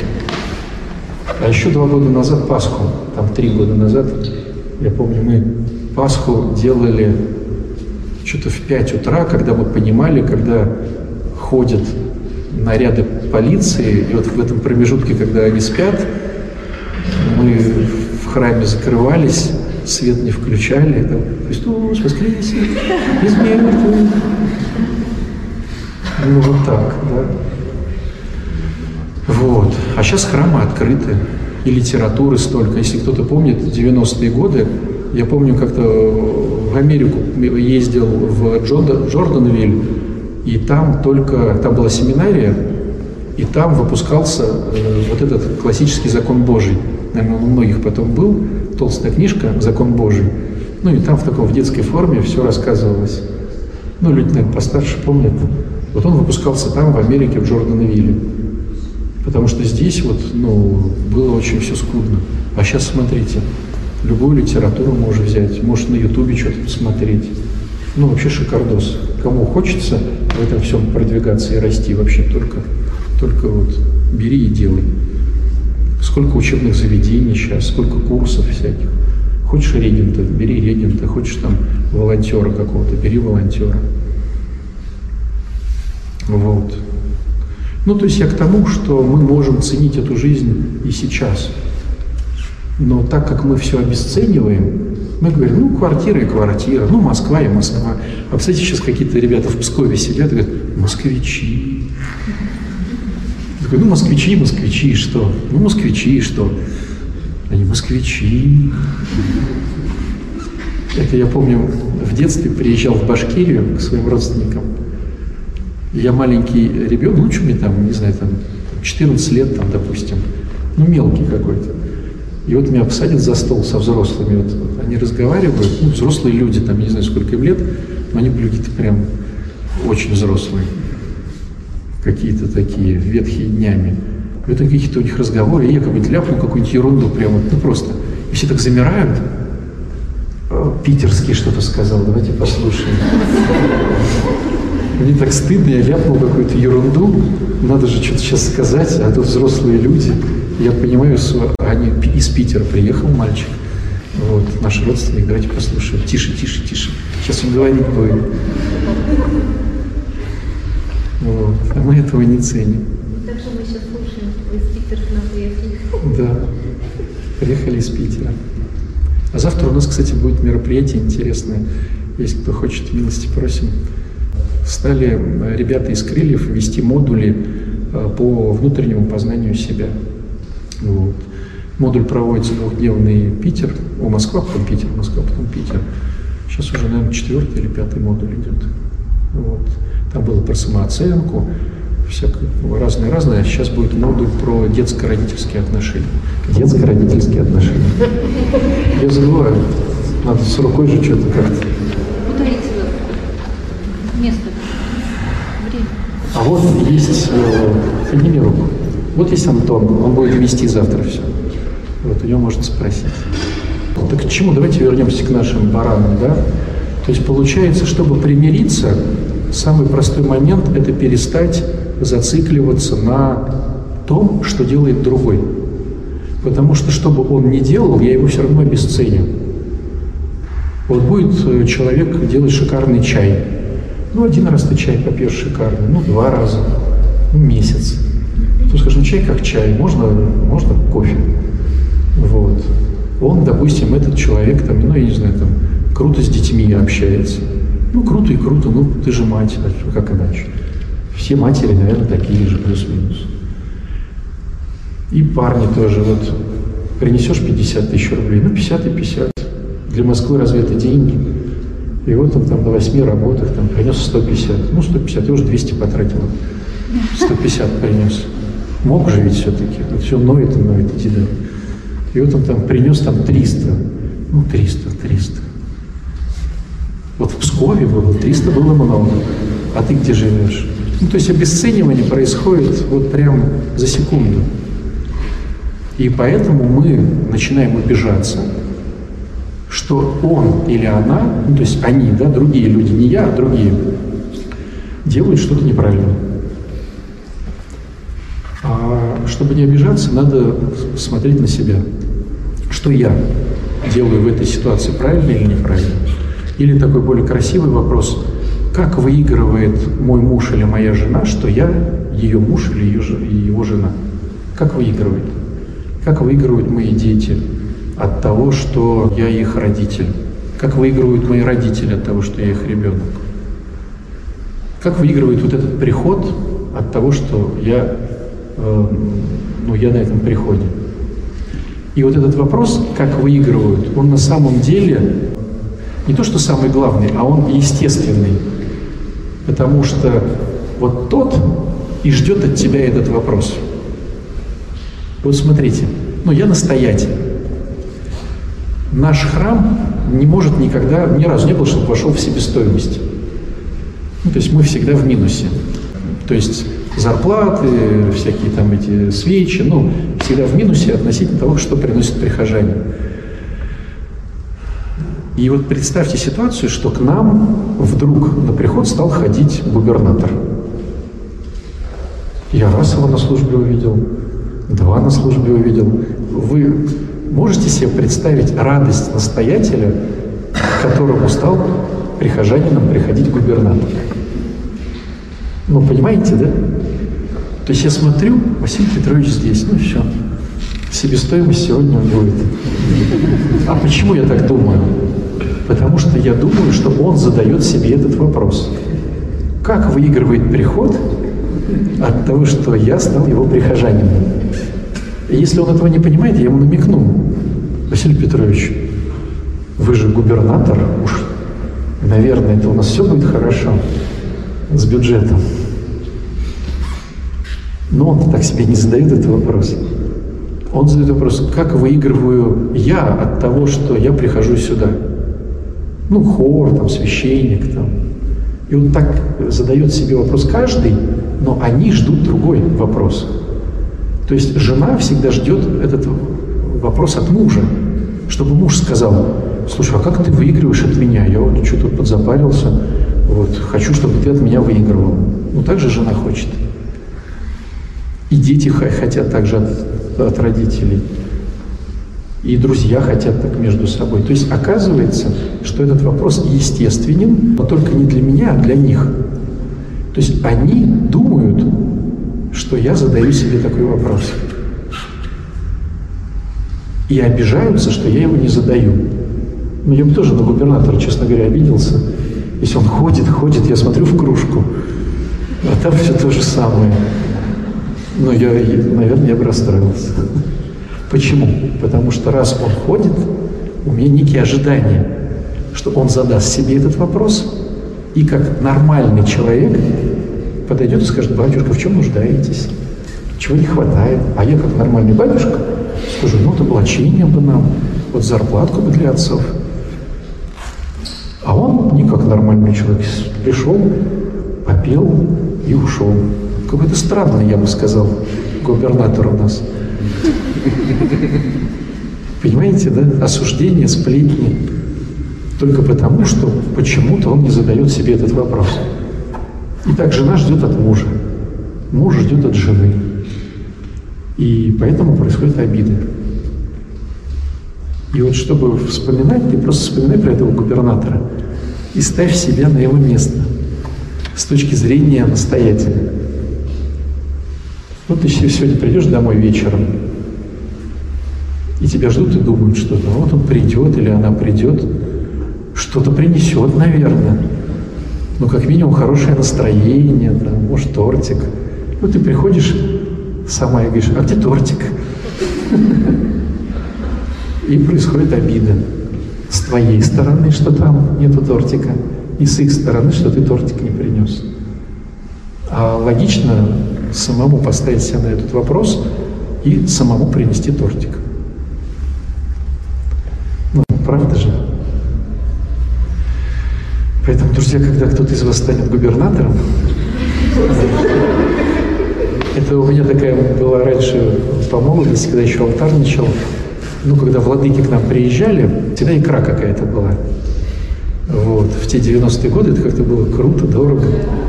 Speaker 1: А еще 2 года назад Пасху, там 3 года назад, я помню, мы Пасху делали что-то в 5 утра, когда мы понимали, когда ходят наряды полиции, и вот в этом промежутке, когда они спят, мы в храме закрывались, свет не включали, там, Христос воскресе из мертвых. Ну, вот так, да. Вот. А сейчас храмы открыты, и литературы столько. Если кто-то помнит 90-е годы, я помню, как-то в Америку ездил в Джорданвиль, и там была семинария, и там выпускался вот этот классический закон Божий. Наверное, он у многих потом был, толстая книжка «Закон Божий». Ну и там в детской форме все рассказывалось. Ну, люди, наверное, постарше помнят. Вот он выпускался там, в Америке, в Джорданвилле. Потому что здесь вот, ну, было очень все скудно. А сейчас смотрите, любую литературу можешь взять, можешь на Ютубе что-то посмотреть. Ну, вообще шикардос. Кому хочется в этом всем продвигаться и расти, вообще только вот бери и делай. Сколько учебных заведений сейчас, сколько курсов всяких. Хочешь регента, бери регента, хочешь там волонтера какого-то, бери волонтера. Вот. Ну, то есть я к тому, что мы можем ценить эту жизнь и сейчас. Но так как мы все обесцениваем, мы говорим, ну, квартира и квартира, ну, Москва и Москва. А, кстати, сейчас какие-то ребята в Пскове сидят и говорят, москвичи. Я такой, ну, москвичи, и что? Ну, москвичи, и что? Они москвичи. Это я помню, в детстве приезжал в Башкирию к своим родственникам. Я маленький ребенок, ну, что мне там, не знаю, там 14 лет, там, допустим, ну, мелкий какой-то. И вот меня посадят за стол со взрослыми, вот они разговаривают, ну, взрослые люди, там, не знаю, сколько им лет, но они какие-то прям очень взрослые, какие-то такие, ветхие днями. И вот какие-то у них разговоры, и я как-нибудь ляпну какую-нибудь ерунду прямо, ну, просто. И все так замирают. Питерский что-то сказал, давайте послушаем. Мне так стыдно, я ляпнул какую-то ерунду, надо же что-то сейчас сказать, а тут взрослые люди. Я понимаю, они из Питера приехал мальчик, вот, наш родственник, давайте послушаем. Тише, сейчас он говорить будет. Вот. А мы этого не ценим.
Speaker 4: Так Хорошо, мы сейчас слушаем. Вы из Питера к нам приехали.
Speaker 1: Да, приехали из Питера. А завтра у нас, кстати, будет мероприятие интересное. Если кто хочет, милости просим. Стали ребята из «Крыльев» вести модули по внутреннему познанию себя. Вот. Модуль проводится двухдневный Питер, Москва, потом Питер, Москва, потом Питер. Сейчас уже, наверное, 4-й или 5-й модуль идет. Вот. Там было про самооценку, всякое разное. А сейчас будет модуль про детско-родительские отношения. Детско-родительские отношения. Я забываю. Надо с рукой же что-то как-то.
Speaker 4: Повторите место, время.
Speaker 1: А вот есть, подними руку. Вот есть Антон, он будет вести завтра все. Вот у него можно спросить. Так к чему? Давайте вернемся к нашим баранам, да? То есть получается, чтобы примириться, самый простой момент – это перестать зацикливаться на том, что делает другой. Потому что, что бы он ни делал, я его все равно обесценю. Вот будет человек делать шикарный чай. Ну, один раз ты чай попьешь шикарный, ну, 2 раза, ну, месяц. Ты скажешь, ну, чай как чай, можно кофе. Вот. Он, допустим, этот человек, там, ну, я не знаю, там, круто с детьми общается. Ну, круто и круто, ну, ты же мать, а как иначе? Все матери, наверное, такие же, плюс-минус. И парни тоже, вот, принесешь 50 тысяч рублей, ну, 50 и 50. Для Москвы разве это деньги? И вот он там на 8 работах там принес 150. Ну, 150, я уже 200 потратил. 150 принес. Мог же ведь все-таки. Вот все ноет, иди да. И вот он там принес там 300. Ну, 300. Вот в Пскове было 300 было много. А ты где живешь? Ну, то есть обесценивание происходит вот прям за секунду. И поэтому мы начинаем обижаться, что он или она, ну, то есть они, да, другие люди, не я, а другие, делают что-то неправильно. А чтобы не обижаться, надо смотреть на себя. Что я делаю в этой ситуации, правильно или неправильно? Или такой более красивый вопрос, как выигрывает мой муж или моя жена, что я ее муж или его жена? Как выигрывает? Как выигрывают мои дети от того, что я их родитель? Как выигрывают мои родители от того, что я их ребенок? Как выигрывает вот этот приход от того, что я на этом приходе? И вот этот вопрос, как выигрывают, он на самом деле не то, что самый главный, а он естественный. Потому что вот тот и ждет от тебя этот вопрос. Вот смотрите, я настоятель. Наш храм не может никогда, ни разу не было, чтобы вошел в себестоимость. То есть мы всегда в минусе. То есть зарплаты, всякие там эти свечи, всегда в минусе относительно того, что приносят прихожане. И вот представьте ситуацию, что к нам вдруг на приход стал ходить губернатор. Я раз его на службе увидел, 2 на службе увидел. Вы можете себе представить радость настоятеля, к которому стал прихожанином приходить губернатор? Понимаете, да? То есть я смотрю, Василий Петрович здесь, все. Себестоимость сегодня будет. А почему я так думаю? Потому что я думаю, что он задает себе этот вопрос. Как выигрывает приход от того, что я стал его прихожанином? И если он этого не понимает, я ему намекну. Василий Петрович, вы же губернатор, уж, наверное, это у нас все будет хорошо с бюджетом. Но он так себе не задает этот вопрос. Он задает вопрос, как выигрываю я от того, что я прихожу сюда? Хор, священник, И он так задает себе вопрос каждый, но они ждут другой вопрос. То есть жена всегда ждет этот вопрос от мужа, чтобы муж сказал: слушай, а как ты выигрываешь от меня? Я вот что-то подзапарился, хочу, чтобы ты от меня выигрывал. Так же жена хочет. И дети хотят также от родителей. И друзья хотят так между собой. То есть оказывается, что этот вопрос естественен, но только не для меня, а для них. То есть они думают, что я задаю себе такой вопрос. И обижаются, что я его не задаю. Ну, я бы тоже на губернатора, честно говоря, обиделся. Если он ходит, я смотрю в кружку, а там все то же самое. Но наверное, я бы расстроился. Почему? Потому что раз он ходит, у меня некие ожидания, что он задаст себе этот вопрос и как нормальный человек подойдет и скажет: батюшка, в чем нуждаетесь? Чего не хватает? А я как нормальный батюшка скажу: ну, облачение бы нам, вот зарплатку бы для отцов. А он не как нормальный человек пришел, попел и ушел. Какой-то странный, я бы сказал, губернатор у нас. Понимаете, да? Осуждение, сплетни. Только потому, что почему-то он не задает себе этот вопрос. Итак, жена ждет от мужа, муж ждет от жены. И поэтому происходят обиды. И вот чтобы вспоминать, ты просто вспоминай про этого губернатора и ставь себя на его место с точки зрения настоятеля. Вот ты сегодня придешь домой вечером, и тебя ждут и думают что-то. Вот он придет или она придет, что-то принесет, наверное. Ну, как минимум, хорошее настроение, там, может, тортик. Вот ты приходишь сама и говоришь: а где тортик? И происходит обида. С твоей стороны, что там нету тортика, и с их стороны, что ты тортик не принес. А логично самому поставить себя на этот вопрос и самому принести тортик. Ну, правда же? Поэтому, друзья, когда кто-то из вас станет губернатором, это у меня такая была раньше по молодости, когда еще алтарничал, ну, когда владыки к нам приезжали, всегда икра какая-то была. Вот. В те 90-е годы это как-то было круто, дорого.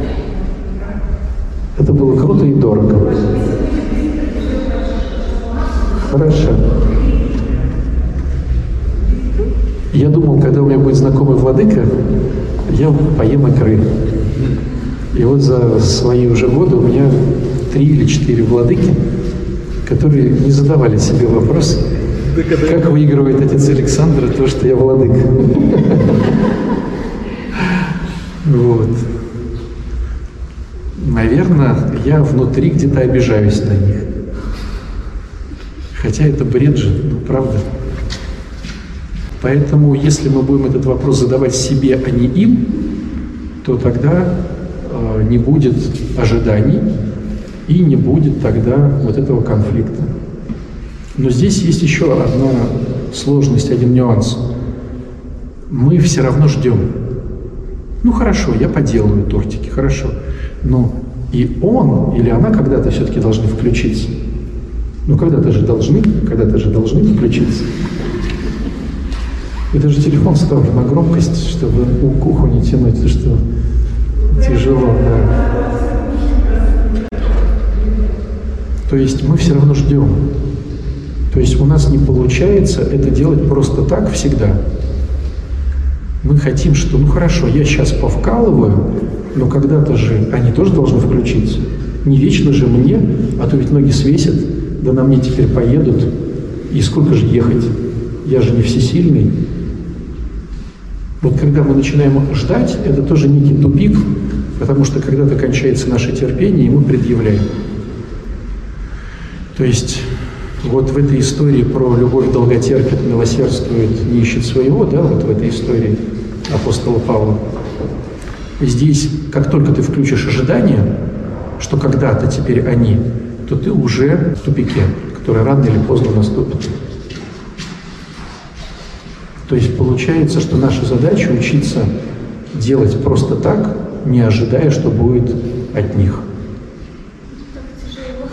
Speaker 1: Это было круто и дорого. Хорошо. Я думал, когда у меня будет знакомый владыка, я поем икры. И вот за свои уже годы у меня 3 или 4 владыки, которые не задавали себе вопрос, как выигрывает отец Александр то, что я владыка. Вот. Наверное, я внутри где-то обижаюсь на них. Хотя это бред же, ну, правда. Поэтому, если мы будем этот вопрос задавать себе, а не им, то тогда не будет ожиданий и не будет тогда вот этого конфликта. Но здесь есть еще одна сложность, один нюанс. Мы все равно ждем. Ну хорошо, я поделаю тортики, хорошо. Но и он или она когда-то все-таки должны включиться. Ну когда-то же должны включиться. И даже телефон ставлю на громкость, чтобы уху не тянуть, потому что тяжело. Да. То есть мы все равно ждем. То есть у нас не получается это делать просто так всегда. Мы хотим, что, ну хорошо, я сейчас повкалываю, но когда-то же они тоже должны включиться. Не вечно же мне, а то ведь ноги свесят, да на мне теперь поедут. И сколько же ехать? Я же не всесильный. Вот когда мы начинаем ждать, это тоже некий тупик, потому что когда-то кончается наше терпение, и мы предъявляем. То есть вот в этой истории про любовь долготерпит, милосердствует, не ищет своего, да, вот в этой истории апостола Павла. Здесь, как только ты включишь ожидание, что когда-то теперь они, то ты уже в тупике, который рано или поздно наступит. То есть получается, что наша задача учиться делать просто так, не ожидая, что будет от них.
Speaker 4: Так тяжело.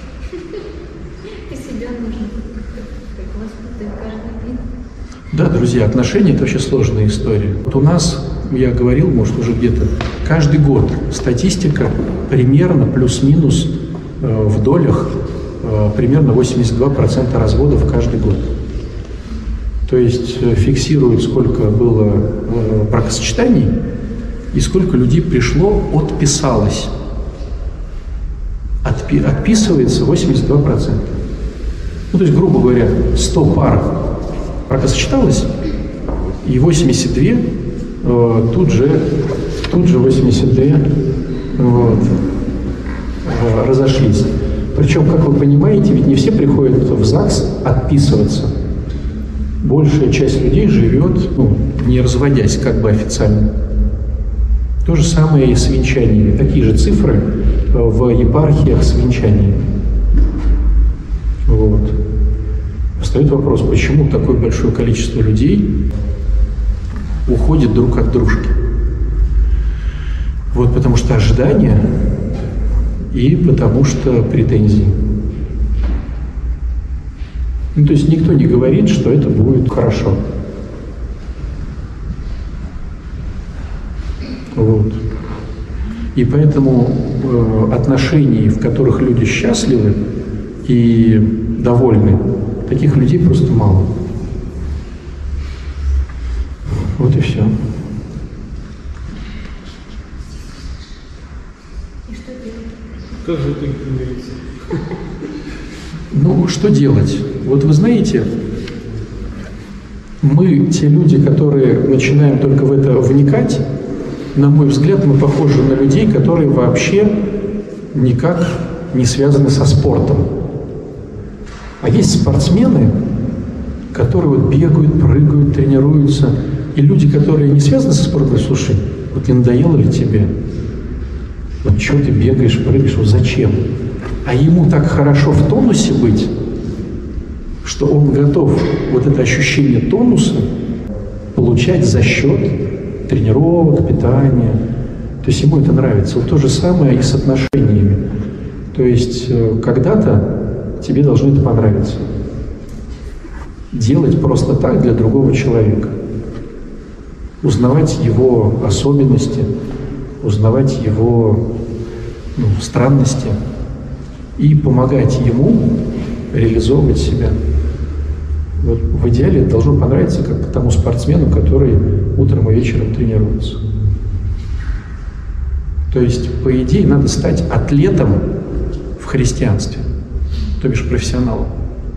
Speaker 4: И себя нужно как воспитывать каждый день.
Speaker 1: Да, друзья, отношения – это вообще сложная история. Вот у нас, я говорил, может, уже где-то каждый год статистика примерно плюс-минус в долях примерно 82% разводов каждый год. То есть фиксируют, сколько было бракосочетаний и сколько людей пришло, отписалось. отписывается 82%. Ну, то есть, грубо говоря, 100 пар бракосочеталось, и 82 тут же 82 вот, разошлись. Причем, как вы понимаете, ведь не все приходят в ЗАГС отписываться. Большая часть людей живет, не разводясь как бы официально. То же самое и с венчаниями. Такие же цифры в епархиях с венчаниями. Вот. Встает вопрос, почему такое большое количество людей уходит друг от дружки? Вот потому что ожидания и потому что претензии. Ну, то есть никто не говорит, что это будет хорошо. Вот. И поэтому отношений, в которых люди счастливы и довольны, таких людей просто мало. Вот и все.
Speaker 4: И что делать?
Speaker 3: Как же ты примириться?
Speaker 1: Ну, что делать? Вот вы знаете, мы, те люди, которые начинаем только в это вникать, на мой взгляд, мы похожи на людей, которые вообще никак не связаны со спортом. А есть спортсмены, которые вот бегают, прыгают, тренируются. И люди, которые не связаны со спортом, говорят: слушай, вот не надоело ли тебе? Вот что ты бегаешь, прыгаешь, вот зачем? А ему так хорошо в тонусе быть, что он готов вот это ощущение тонуса получать за счет тренировок, питания. То есть ему это нравится. Вот то же самое и с отношениями. То есть когда-то тебе должно это понравиться. Делать просто так для другого человека. Узнавать его особенности, узнавать его странности и помогать ему реализовывать себя. Вот в идеале это должно понравиться как тому спортсмену, который утром и вечером тренируется. То есть, по идее, надо стать атлетом в христианстве, то бишь профессионалом.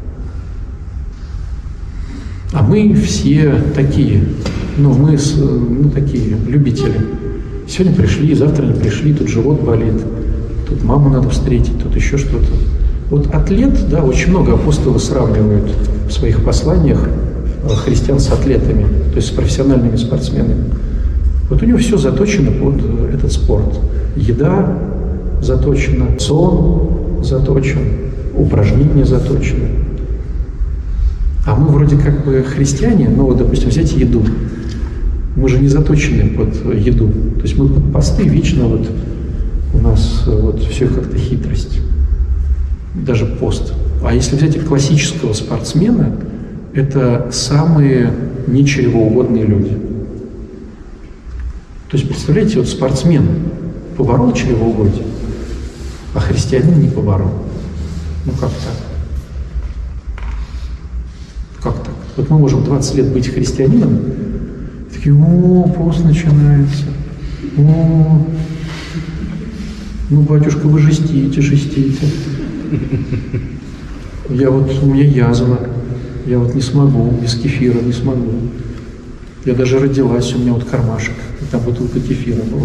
Speaker 1: А мы все такие, мы такие любители. Сегодня пришли, завтра не пришли, тут живот болит, тут маму надо встретить, тут еще что-то. Вот атлет, да, очень много апостолы сравнивают в своих посланиях христиан с атлетами, то есть с профессиональными спортсменами. Вот у него все заточено под этот спорт. Еда заточена, сон заточен, упражнения заточены. А мы вроде как бы христиане, вот, допустим, взять еду. Мы же не заточены под еду. То есть мы под посты вечно у нас все как-то хитрость. Даже пост. А если взять классического спортсмена, это самые нечревоугодные люди. То есть, представляете, спортсмен поборол чревоугодие, а христианин не поборол. Как так? Как так? Вот мы можем 20 лет быть христианином, и такие: пост начинается, батюшка, вы жестите. У меня язва, я не смогу, без кефира не смогу. Я даже родилась, у меня кармашек, и там бутылка кефира была.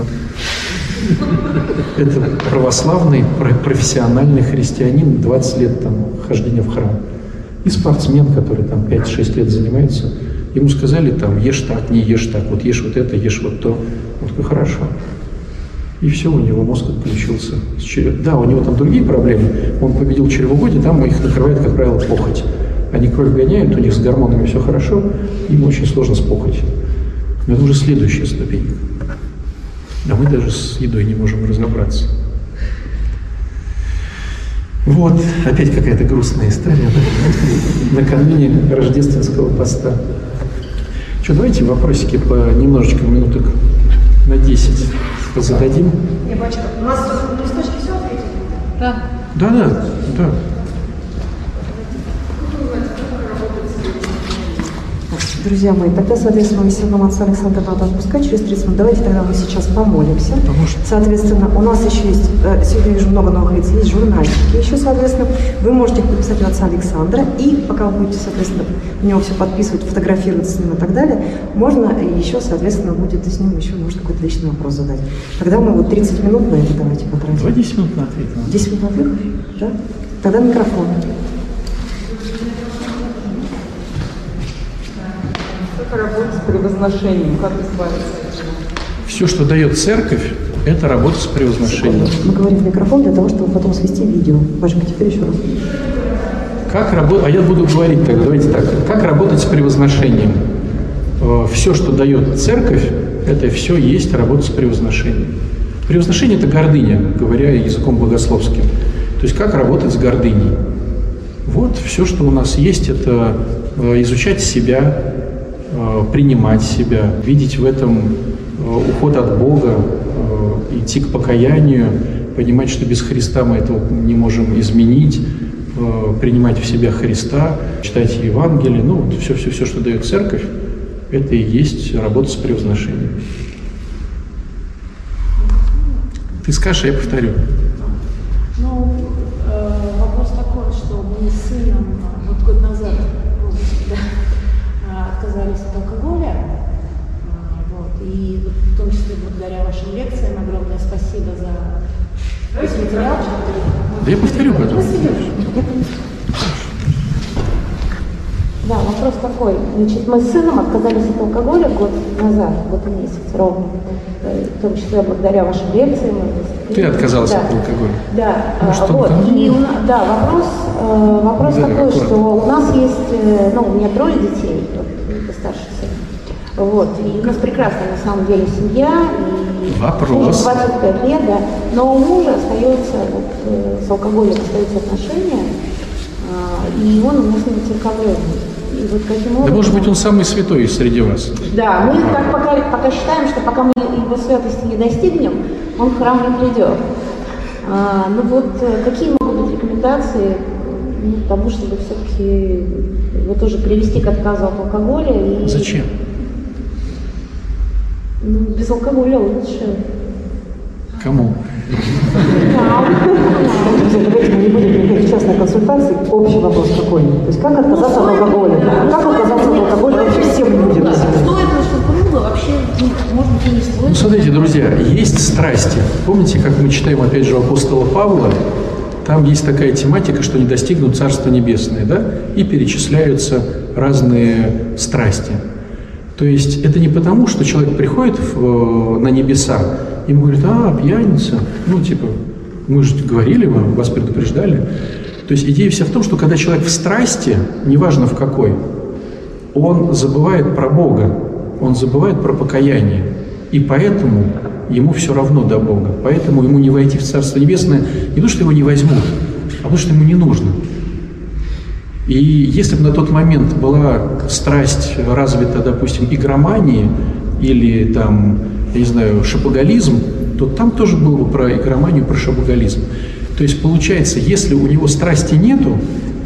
Speaker 1: Это православный, профессиональный христианин, 20 лет хождения в храм. И спортсмен, который 5-6 лет занимается, ему сказали ешь так, не ешь так, ешь вот это, ешь вот то. Он такой: хорошо. И все, у него мозг отключился. Да, у него другие проблемы. Он победил чревоугодие, там их накрывает, как правило, похоть. Они кровь гоняют, у них с гормонами все хорошо, им очень сложно с похотью. Но это уже следующая ступень. А мы даже с едой не можем разобраться. Вот, опять какая-то грустная история, да? Накануне рождественского поста. Давайте вопросики по немножечко минуток на 10 зададим.
Speaker 2: Я бачу, у нас на листочке все ответили? Да.
Speaker 1: Да.
Speaker 2: Друзья мои, тогда, соответственно, мы все равно отца Александра надо отпускать через 30 минут. Давайте тогда мы сейчас помолимся. Соответственно, у нас еще есть, сегодня вижу много новых лиц, есть журнальчики еще, соответственно. Вы можете их подписать у отца Александра, и пока вы будете, соответственно, у него все подписывать, фотографировать с ним и так далее, можно еще, соответственно, будет с ним еще, может, какой-то личный вопрос задать. Тогда мы вот 30 минут на это давайте потратим.
Speaker 3: Давай 10 минут на ответ.
Speaker 2: 10 минут на ответ? Да? Тогда микрофон.
Speaker 5: Как работать с превозношением? Как избавиться от этого?
Speaker 1: Все, что дает церковь, это работа с превозношением.
Speaker 2: Мы говорим в микрофон для того, чтобы потом свести видео. Пашка, теперь еще раз.
Speaker 1: Как работать? А я буду говорить так, давайте так. Как работать с превозношением? Все, что дает церковь, это все есть работа с превозношением. Превозношение – это гордыня, говоря языком богословским. То есть как работать с гордыней? Вот все, что у нас есть, это изучать себя, принимать себя, видеть в этом уход от Бога, идти к покаянию, понимать, что без Христа мы этого не можем изменить, принимать в себя Христа, читать Евангелие. Ну, вот все, что дает церковь, это и есть работа с превозношением. Ты скажешь, а я повторю.
Speaker 6: Ну, вопрос такой, что мы с сыном вот год назад отказались от алкоголя, вот, и в том числе благодаря вашим лекциям огромное спасибо за весь материал.
Speaker 1: Да я повторю потом.
Speaker 6: Да, вопрос такой. Значит, мы с сыном отказались от алкоголя год назад, год и месяц ровно. В том числе благодаря вашим лекциям.
Speaker 1: Ты отказался от алкоголя?
Speaker 6: Да.
Speaker 1: Ну, что
Speaker 6: вот.
Speaker 1: там?
Speaker 6: И вопрос
Speaker 1: да,
Speaker 6: такой,
Speaker 1: аккорд.
Speaker 6: что у нас есть, ну, у меня 3 детей, вот, это старший сын. Вот. И у нас прекрасная на самом деле семья. И
Speaker 1: Вопрос.
Speaker 6: мужу 25 лет, да. Но у мужа остается, вот, с алкоголем остаются отношения, и он у нас не церковный. И вот каким образом...
Speaker 1: Да, может быть, он самый святой среди вас.
Speaker 6: Да, мы так пока считаем, что пока мы его святости не достигнем, он в храм не придет. Ну вот, какие могут быть рекомендации к тому, чтобы все-таки его тоже привести к отказу от алкоголя? И,
Speaker 1: Зачем?
Speaker 6: ну, без алкоголя лучше.
Speaker 1: Кому?
Speaker 2: Давайте мы не будем переходить в частной консультации. Общий вопрос какой? То есть как отказаться от алкоголя? Как отказаться от алкоголя вообще всем людям?
Speaker 4: Стоит ли, чтобы кругло вообще, может быть, и не стоит?
Speaker 1: Ну, смотрите, друзья, есть страсти. Помните, как мы читаем, опять же, у апостола Павла, там есть такая тематика, что не достигнут Царства Небесное, да? И перечисляются разные страсти. То есть это не потому, что человек приходит на небеса, ему говорят: пьяница, ну, типа, мы же говорили вам, вас предупреждали. То есть идея вся в том, что когда человек в страсти, неважно в какой, он забывает про Бога, он забывает про покаяние. И поэтому ему все равно до Бога. Поэтому ему не войти в Царство Небесное не потому, что его не возьмут, а потому, что ему не нужно. И если бы на тот момент была страсть развита, допустим, игромания или там, я не знаю, шопоголизм, то там тоже было бы про игроманию, про шопоголизм. То есть получается, если у него страсти нету,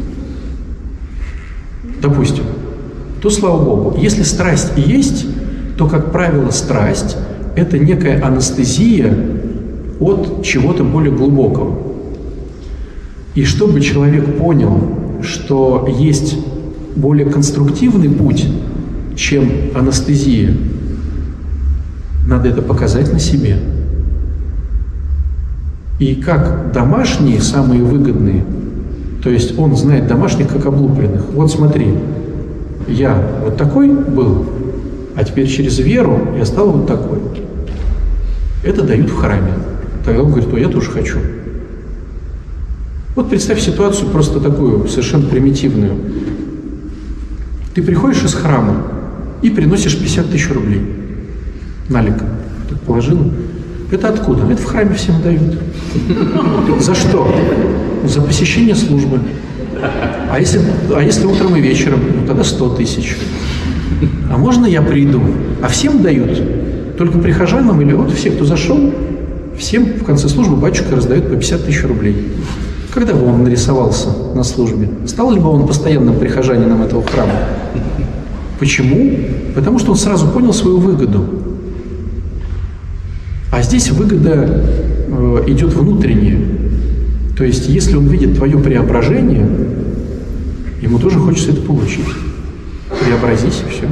Speaker 1: допустим, то слава Богу. Если страсть и есть, то, как правило, страсть – это некая анестезия от чего-то более глубокого. И чтобы человек понял, что есть более конструктивный путь, чем анестезия, надо это показать на себе. И как домашние самые выгодные, то есть он знает домашних как облупленных. Вот смотри, я вот такой был, а теперь через веру я стал вот такой. Это дают в храме. Тогда он говорит: я тоже хочу. Вот представь ситуацию просто такую, совершенно примитивную. Ты приходишь из храма и приносишь 50 тысяч рублей. Наликом. Так положила. Это откуда? Это в храме всем дают. За что? За посещение службы. А если утром и вечером? Ну, тогда 100 тысяч. А можно я приду? А всем дают? Только прихожанам или вот все, кто зашел, всем в конце службы батюшка раздает по 50 тысяч рублей. Когда бы он нарисовался на службе? Стал ли бы он постоянным прихожанином этого храма? Почему? Потому что он сразу понял свою выгоду. А здесь выгода идет внутренняя. То есть, если он видит твое преображение, ему тоже хочется это получить. Преобразись, и все.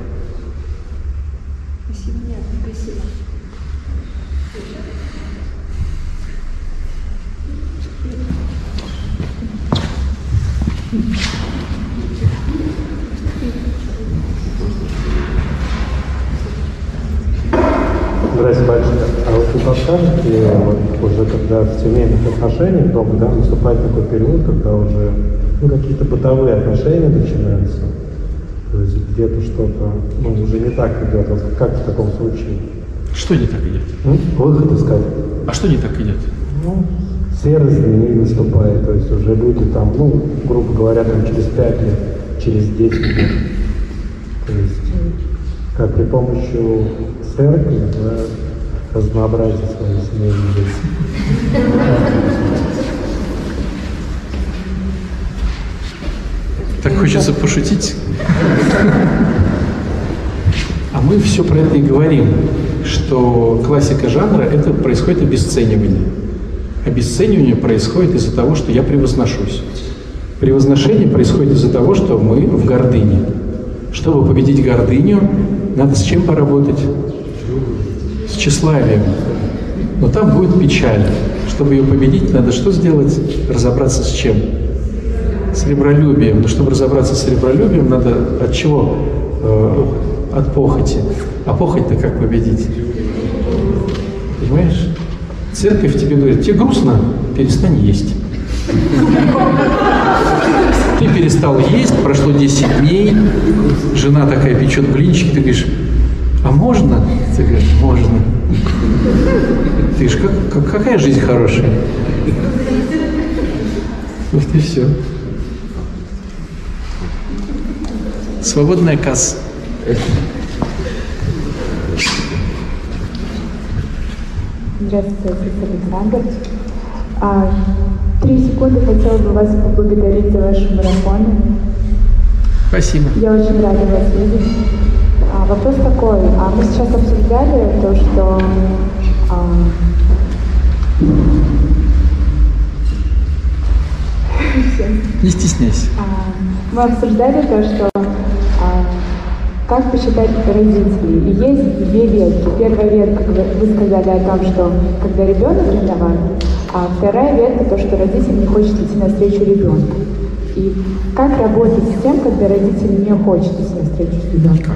Speaker 6: Спасибо. Нет, спасибо.
Speaker 7: Здравствуйте, большое. А вот вы подскажете, вот уже когда в семейных отношениях дома, да, наступает такой период, когда уже какие-то бытовые отношения начинаются, то есть где-то что-то уже не так идет. Вот как в таком случае?
Speaker 1: Что не так идет?
Speaker 7: Выход искать.
Speaker 1: А что не так идет?
Speaker 7: Серость дней наступает, то есть уже люди там, грубо говоря, там через 5 лет, через 10 лет. То есть как при помощи церкви, да, разнообразить свою семейную жизнь.
Speaker 1: Так хочется пошутить. А мы все про это и говорим, что классика жанра – это происходит обесценивание. Обесценивание происходит из-за того, что я превозношусь. Превозношение происходит из-за того, что мы в гордыне. Чтобы победить гордыню, надо с чем поработать? С тщеславием. Но там будет печаль. Чтобы ее победить, надо что сделать? Разобраться с чем? С ребролюбием. Но чтобы разобраться с ребролюбием, надо от чего? От похоти. А похоть-то как победить? Понимаешь? Церковь тебе говорит, тебе грустно? Перестань есть. Ты перестал есть, прошло 10 дней, жена такая печет блинчики, ты говоришь, а можно? Ты говоришь, можно. Ты говоришь, какая жизнь хорошая. Вот и все. Свободная касса.
Speaker 8: Здравствуйте, Александр. 3 секунды хотела бы вас поблагодарить за ваши марафоны.
Speaker 1: Спасибо.
Speaker 8: Я очень рада вас видеть. Вопрос такой. Мы сейчас обсуждали то, что
Speaker 1: Не стесняйся.
Speaker 8: мы обсуждали то, что как посчитать родителей. И есть 2 ветки. Первая ветка, вы сказали о том, что когда ребенок виноват, а вторая ветка, то, что родитель не хочет идти навстречу ребенку. И как работать с тем, когда родитель не хочет идти навстречу с ребенком?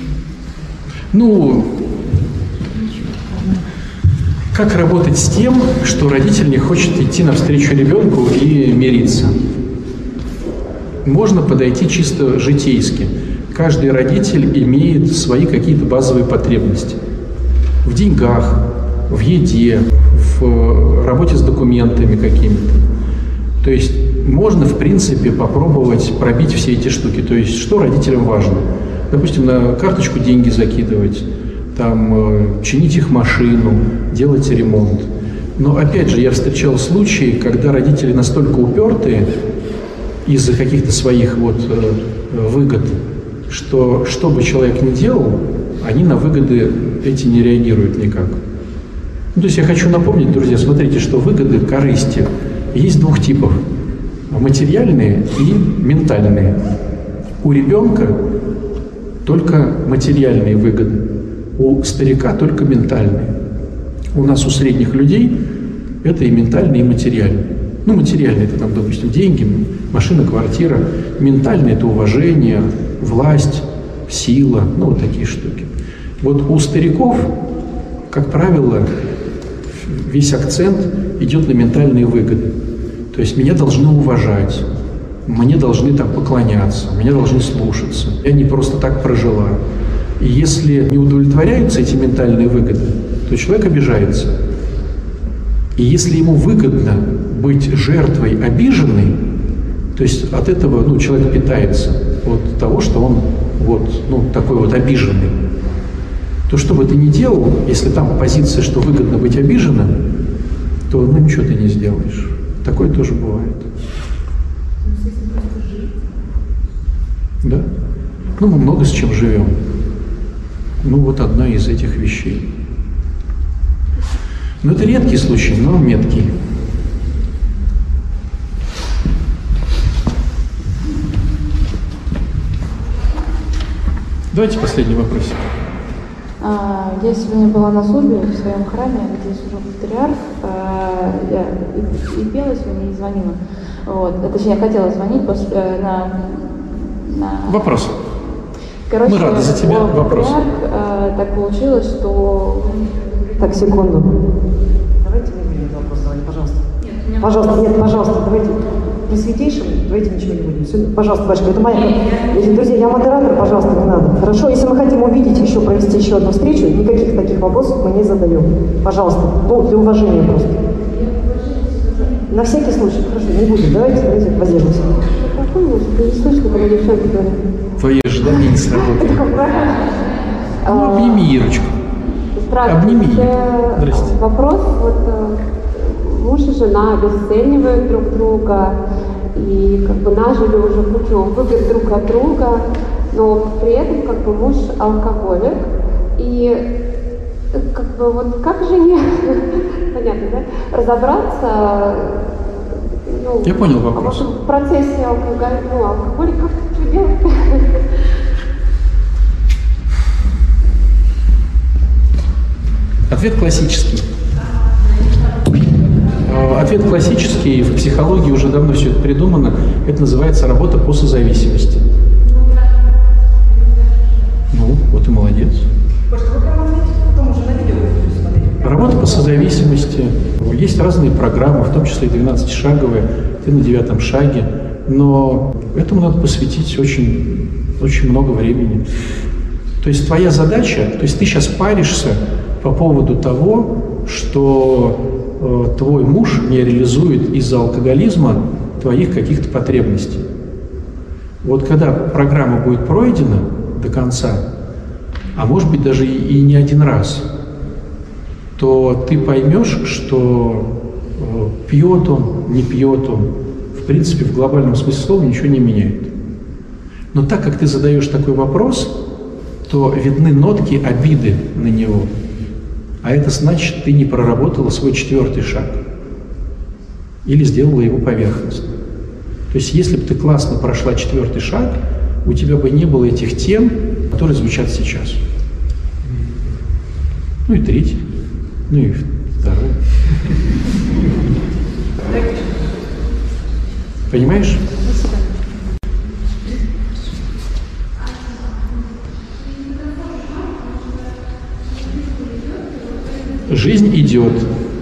Speaker 1: Как работать с тем, что родитель не хочет идти навстречу ребенку и мириться? Можно подойти чисто житейски. Каждый родитель имеет свои какие-то базовые потребности. В деньгах, в еде, в работе с документами какими-то. То есть можно, в принципе, попробовать пробить все эти штуки. То есть что родителям важно? Допустим, на карточку деньги закидывать, там, чинить их машину, делать ремонт. Но, опять же, я встречал случаи, когда родители настолько упертые из-за каких-то своих выгод, что бы человек ни делал, они на выгоды эти не реагируют никак. То есть я хочу напомнить, друзья, смотрите, что выгоды, корысти есть 2 типов. Материальные и ментальные. У ребенка только материальные выгоды, у старика только ментальные. У нас, у средних людей, это и ментальные, и материальные. Материальные – это, там, допустим, деньги, машина, квартира. Ментальные – это уважение, власть, сила, вот такие штуки. Вот у стариков, как правило, весь акцент идет на ментальные выгоды. То есть меня должны уважать, мне должны там поклоняться, меня должны слушаться. Я не просто так прожила. И если не удовлетворяются эти ментальные выгоды, то человек обижается. И если ему выгодно быть жертвой обиженной, то есть от этого человек питается, от того, что он такой обиженный, то что бы ты ни делал, если там позиция, что выгодно быть обиженным, то ничего ты не сделаешь. Такое тоже бывает. Да? Ну, мы много с чем живем. Ну, вот одна из этих вещей. Но это редкий случай, но меткий. Давайте последний вопросик.
Speaker 8: Я сегодня была на службе в своем храме, где служил патриарх. Я и пела сегодня, и звонила. Вот. Точнее, я хотела звонить на...
Speaker 1: Вопрос.
Speaker 8: Короче,
Speaker 1: мы рады за тебя. Вопрос.
Speaker 8: Патриарх, так получилось, что...
Speaker 2: Так, секунду. Давайте не будем вопрос задавать, пожалуйста. Нет, пожалуйста, нет, пожалуйста, давайте. При святейшем давайте ничего не будем. Все, пожалуйста, батюшка, это моя... Друзья, я модератор, пожалуйста, не надо. Хорошо, если мы хотим увидеть еще, провести еще одну встречу, никаких таких вопросов мы не задаем. Пожалуйста, ну, для уважения просто. На всякий случай, хорошо, не будем, давайте воздержимся.
Speaker 1: Твои ожидания не сработали. Ну, обними Ирочку. Обними ее. Здрасте.
Speaker 8: Вопрос, вот муж и жена обесценивают друг друга и как бы нажили уже кучу выгод друг от друга, но при этом как бы муж алкоголик и как бы вот как жене, понятно, да, разобраться, ну,
Speaker 1: я понял вопрос.
Speaker 8: В процессе алкоголика что делать?
Speaker 1: Ответ классический. Ответ классический, в психологии уже давно все это придумано. Это называется работа по созависимости. Ну, вот и молодец. Работа по созависимости. Есть разные программы, в том числе и 12-шаговые. Ты на 9-м шаге. Но этому надо посвятить очень, очень много времени. То есть твоя задача, то есть ты сейчас паришься по поводу того, что твой муж не реализует из-за алкоголизма твоих каких-то потребностей. Вот когда программа будет пройдена до конца, а может быть даже и не один раз, то ты поймешь, что пьет он, не пьет он, в принципе, в глобальном смысле слова ничего не меняет. Но так как ты задаешь такой вопрос, то видны нотки обиды на него. А это значит, ты не проработала свой 4-й шаг. Или сделала его поверхностно. То есть, если бы ты классно прошла 4-й шаг, у тебя бы не было этих тем, которые звучат сейчас. Ну и 3-й. Ну и 2-й. Понимаешь? Жизнь идет.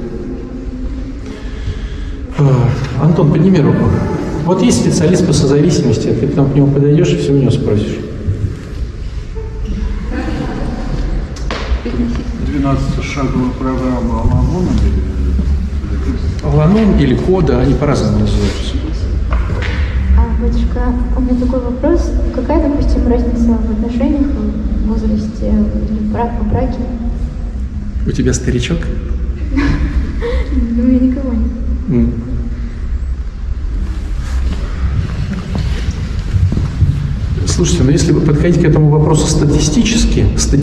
Speaker 1: Антон, подними руку. Вот есть специалист по созависимости, ты потом к нему подойдешь и все у него спросишь.
Speaker 9: 12-шаговая программа
Speaker 1: Аланон или Кода, они по-разному называются.
Speaker 10: Батюшка, у меня такой вопрос. Какая, допустим, разница в отношениях, в возрасте или в браке?
Speaker 1: У тебя старичок?
Speaker 10: У меня никого нет.
Speaker 1: Слушайте, но если подходить к этому вопросу статистически,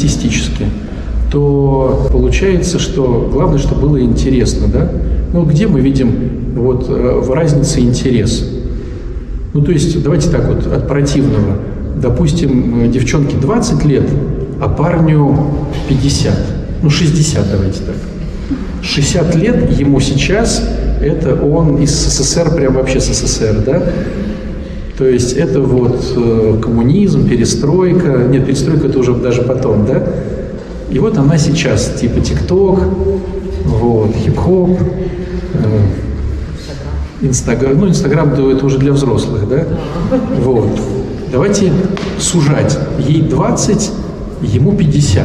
Speaker 1: то получается, что главное, чтобы было интересно, да? Ну, где мы видим вот в разнице интерес? Ну, то есть, давайте так вот, от противного. Допустим, девчонке 20 лет, а парню 50. Ну, 60, давайте так. 60 лет ему сейчас, это он из СССР, прям вообще СССР, да? То есть это вот коммунизм, перестройка. Нет, перестройка это уже даже потом, да? И вот она сейчас, типа ТикТок, вот, хип-хоп, Инстаграм. Ну, Инстаграм это уже для взрослых, да? Вот. Давайте сужать. Ей 20, ему 50.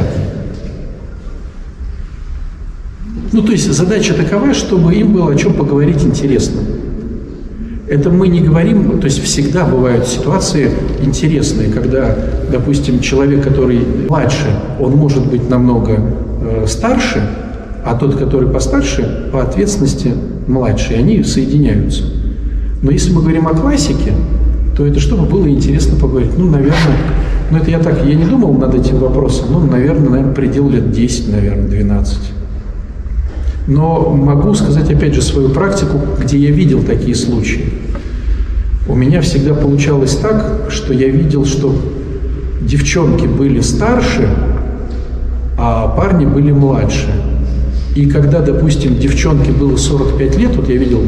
Speaker 1: Ну, то есть задача такова, чтобы им было о чем поговорить интересно. Это мы не говорим, то есть всегда бывают ситуации интересные, когда, допустим, человек, который младше, он может быть намного старше, а тот, который постарше, по ответственности младше, и они соединяются. Но если мы говорим о классике, то это чтобы было интересно поговорить. Ну, наверное, Ну, это я не думал над этим вопросом. Ну, наверное, предел лет 10, наверное, 12. Но могу сказать, опять же, свою практику, где я видел такие случаи. У меня всегда получалось так, что я видел, что девчонки были старше, а парни были младше. И когда, допустим, девчонке было 45 лет, вот я видел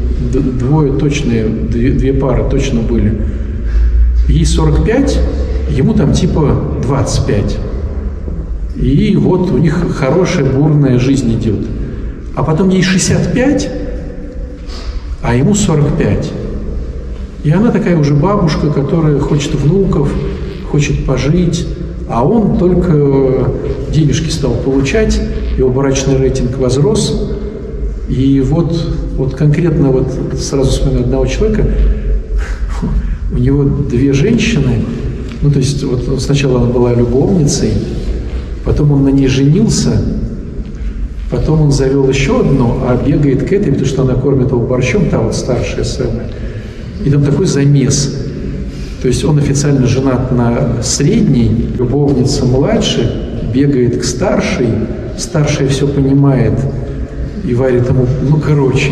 Speaker 1: две пары точно были, ей 45, ему там типа 25. И вот у них хорошая, бурная жизнь идет. А потом ей 65, а ему 45. И она такая уже бабушка, которая хочет внуков, хочет пожить, а он только денежки стал получать, его брачный рейтинг возрос. И вот конкретно вот сразу вспоминаю одного человека, у него две женщины, ну то есть вот сначала она была любовницей, потом он на ней женился, потом он завел еще одну, а бегает к этой, потому что она кормит его борщом, та вот старшая самая. И там такой замес. То есть он официально женат на средней, любовница младше, бегает к старшей, старшая все понимает и варит ему, ну короче.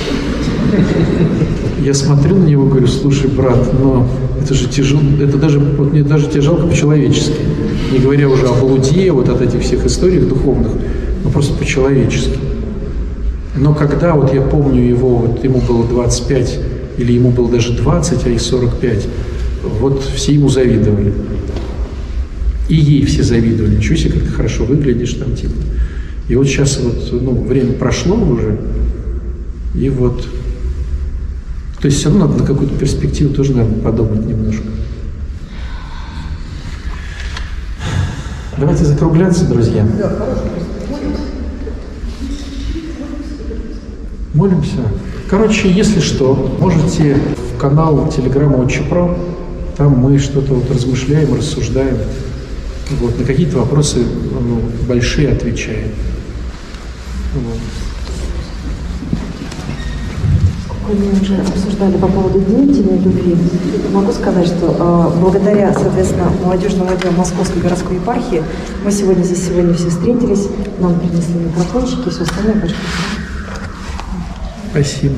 Speaker 1: Я смотрю на него, говорю, слушай, брат, но это же тяжело, это даже, вот мне даже тебе жалко по-человечески. Не говоря уже о блуде, вот от этих всех историях духовных, но просто по-человечески. Но когда вот я помню его, вот ему было 25, или ему было даже 20, а и 45, вот все ему завидовали. И ей все завидовали. Ничего себе, как ты хорошо выглядишь там, типа. И вот сейчас вот, ну, время прошло уже, и вот. То есть все равно надо на какую-то перспективу тоже, наверное, подумать немножко. Давайте закругляться, друзья. Молимся. Короче, если что, можете в канал Телеграма ОЧПРО, там мы что-то вот размышляем, рассуждаем, вот, на какие-то вопросы большие отвечаем. Вот.
Speaker 2: Мы уже обсуждали по поводу деятельной любви. Могу сказать, что благодаря, соответственно, молодежному отделу Московской городской епархии мы сегодня здесь все встретились, нам принесли микрофончики и все остальное.
Speaker 1: Спасибо.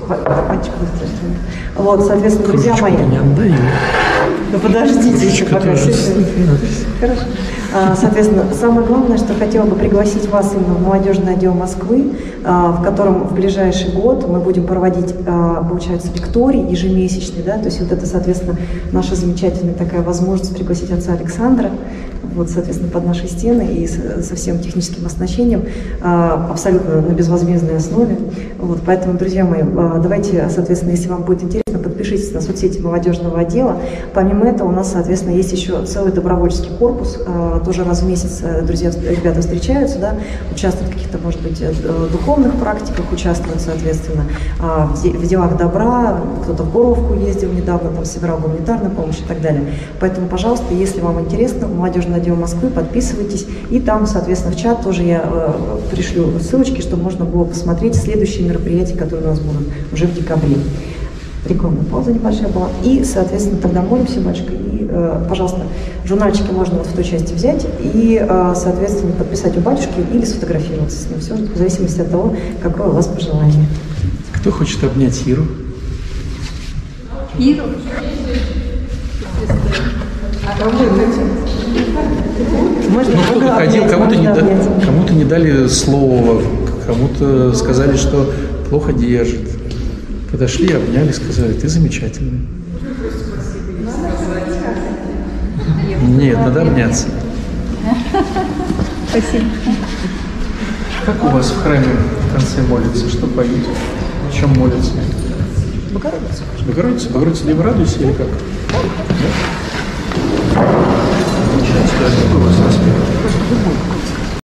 Speaker 2: Вот, соответственно, друзья мои.
Speaker 1: Не отдаю.
Speaker 2: Да подождите еще пока. Хорошо. Соответственно, самое главное, что хотела бы пригласить вас именно в молодежный отдел Москвы, в котором в ближайший год мы будем проводить, получается, лекторий ежемесячный, да, то есть вот это, соответственно, наша замечательная такая возможность пригласить отца Александра, вот, соответственно, под наши стены и со всем техническим оснащением, абсолютно на безвозмездной основе. Вот, поэтому, друзья мои, давайте, соответственно, если вам будет интересно, подпишитесь на соцсети молодежного отдела. Помимо этого, у нас, соответственно, есть еще целый добровольческий корпус. Тоже раз в месяц друзья, ребята встречаются, да, участвуют в каких-то, может быть, духовных практиках, участвуют, соответственно, в делах добра. Кто-то в Боровку ездил недавно, там собирал гуманитарную помощь и так далее. Поэтому, пожалуйста, если вам интересно, молодежный отдел Москвы, подписывайтесь. И там, соответственно, в чат тоже я пришлю ссылочки, чтобы можно было посмотреть следующие мероприятия, которые у нас будут уже в декабре. Рекламная пауза небольшая была. И, соответственно, тогда молимся, батюшка. И, пожалуйста, журнальчики можно вот в той части взять и, соответственно, подписать у батюшки или сфотографироваться с ним. Все в зависимости от того, какое у вас пожелание.
Speaker 1: Кто хочет обнять Иру?
Speaker 4: Иру?
Speaker 1: Кто-то ходил, кому-то не дали слова, кому-то сказали, что плохо держит. Подошли, обняли, сказали, ты замечательный. Нет, надо обняться.
Speaker 4: Спасибо.
Speaker 1: Как у вас в храме в конце молятся? Что поют? О чем молятся?
Speaker 2: Богородица.
Speaker 1: Богородица? Богородица, Дева, радуйся или как? Да? Замечательно. Какой у вас распев?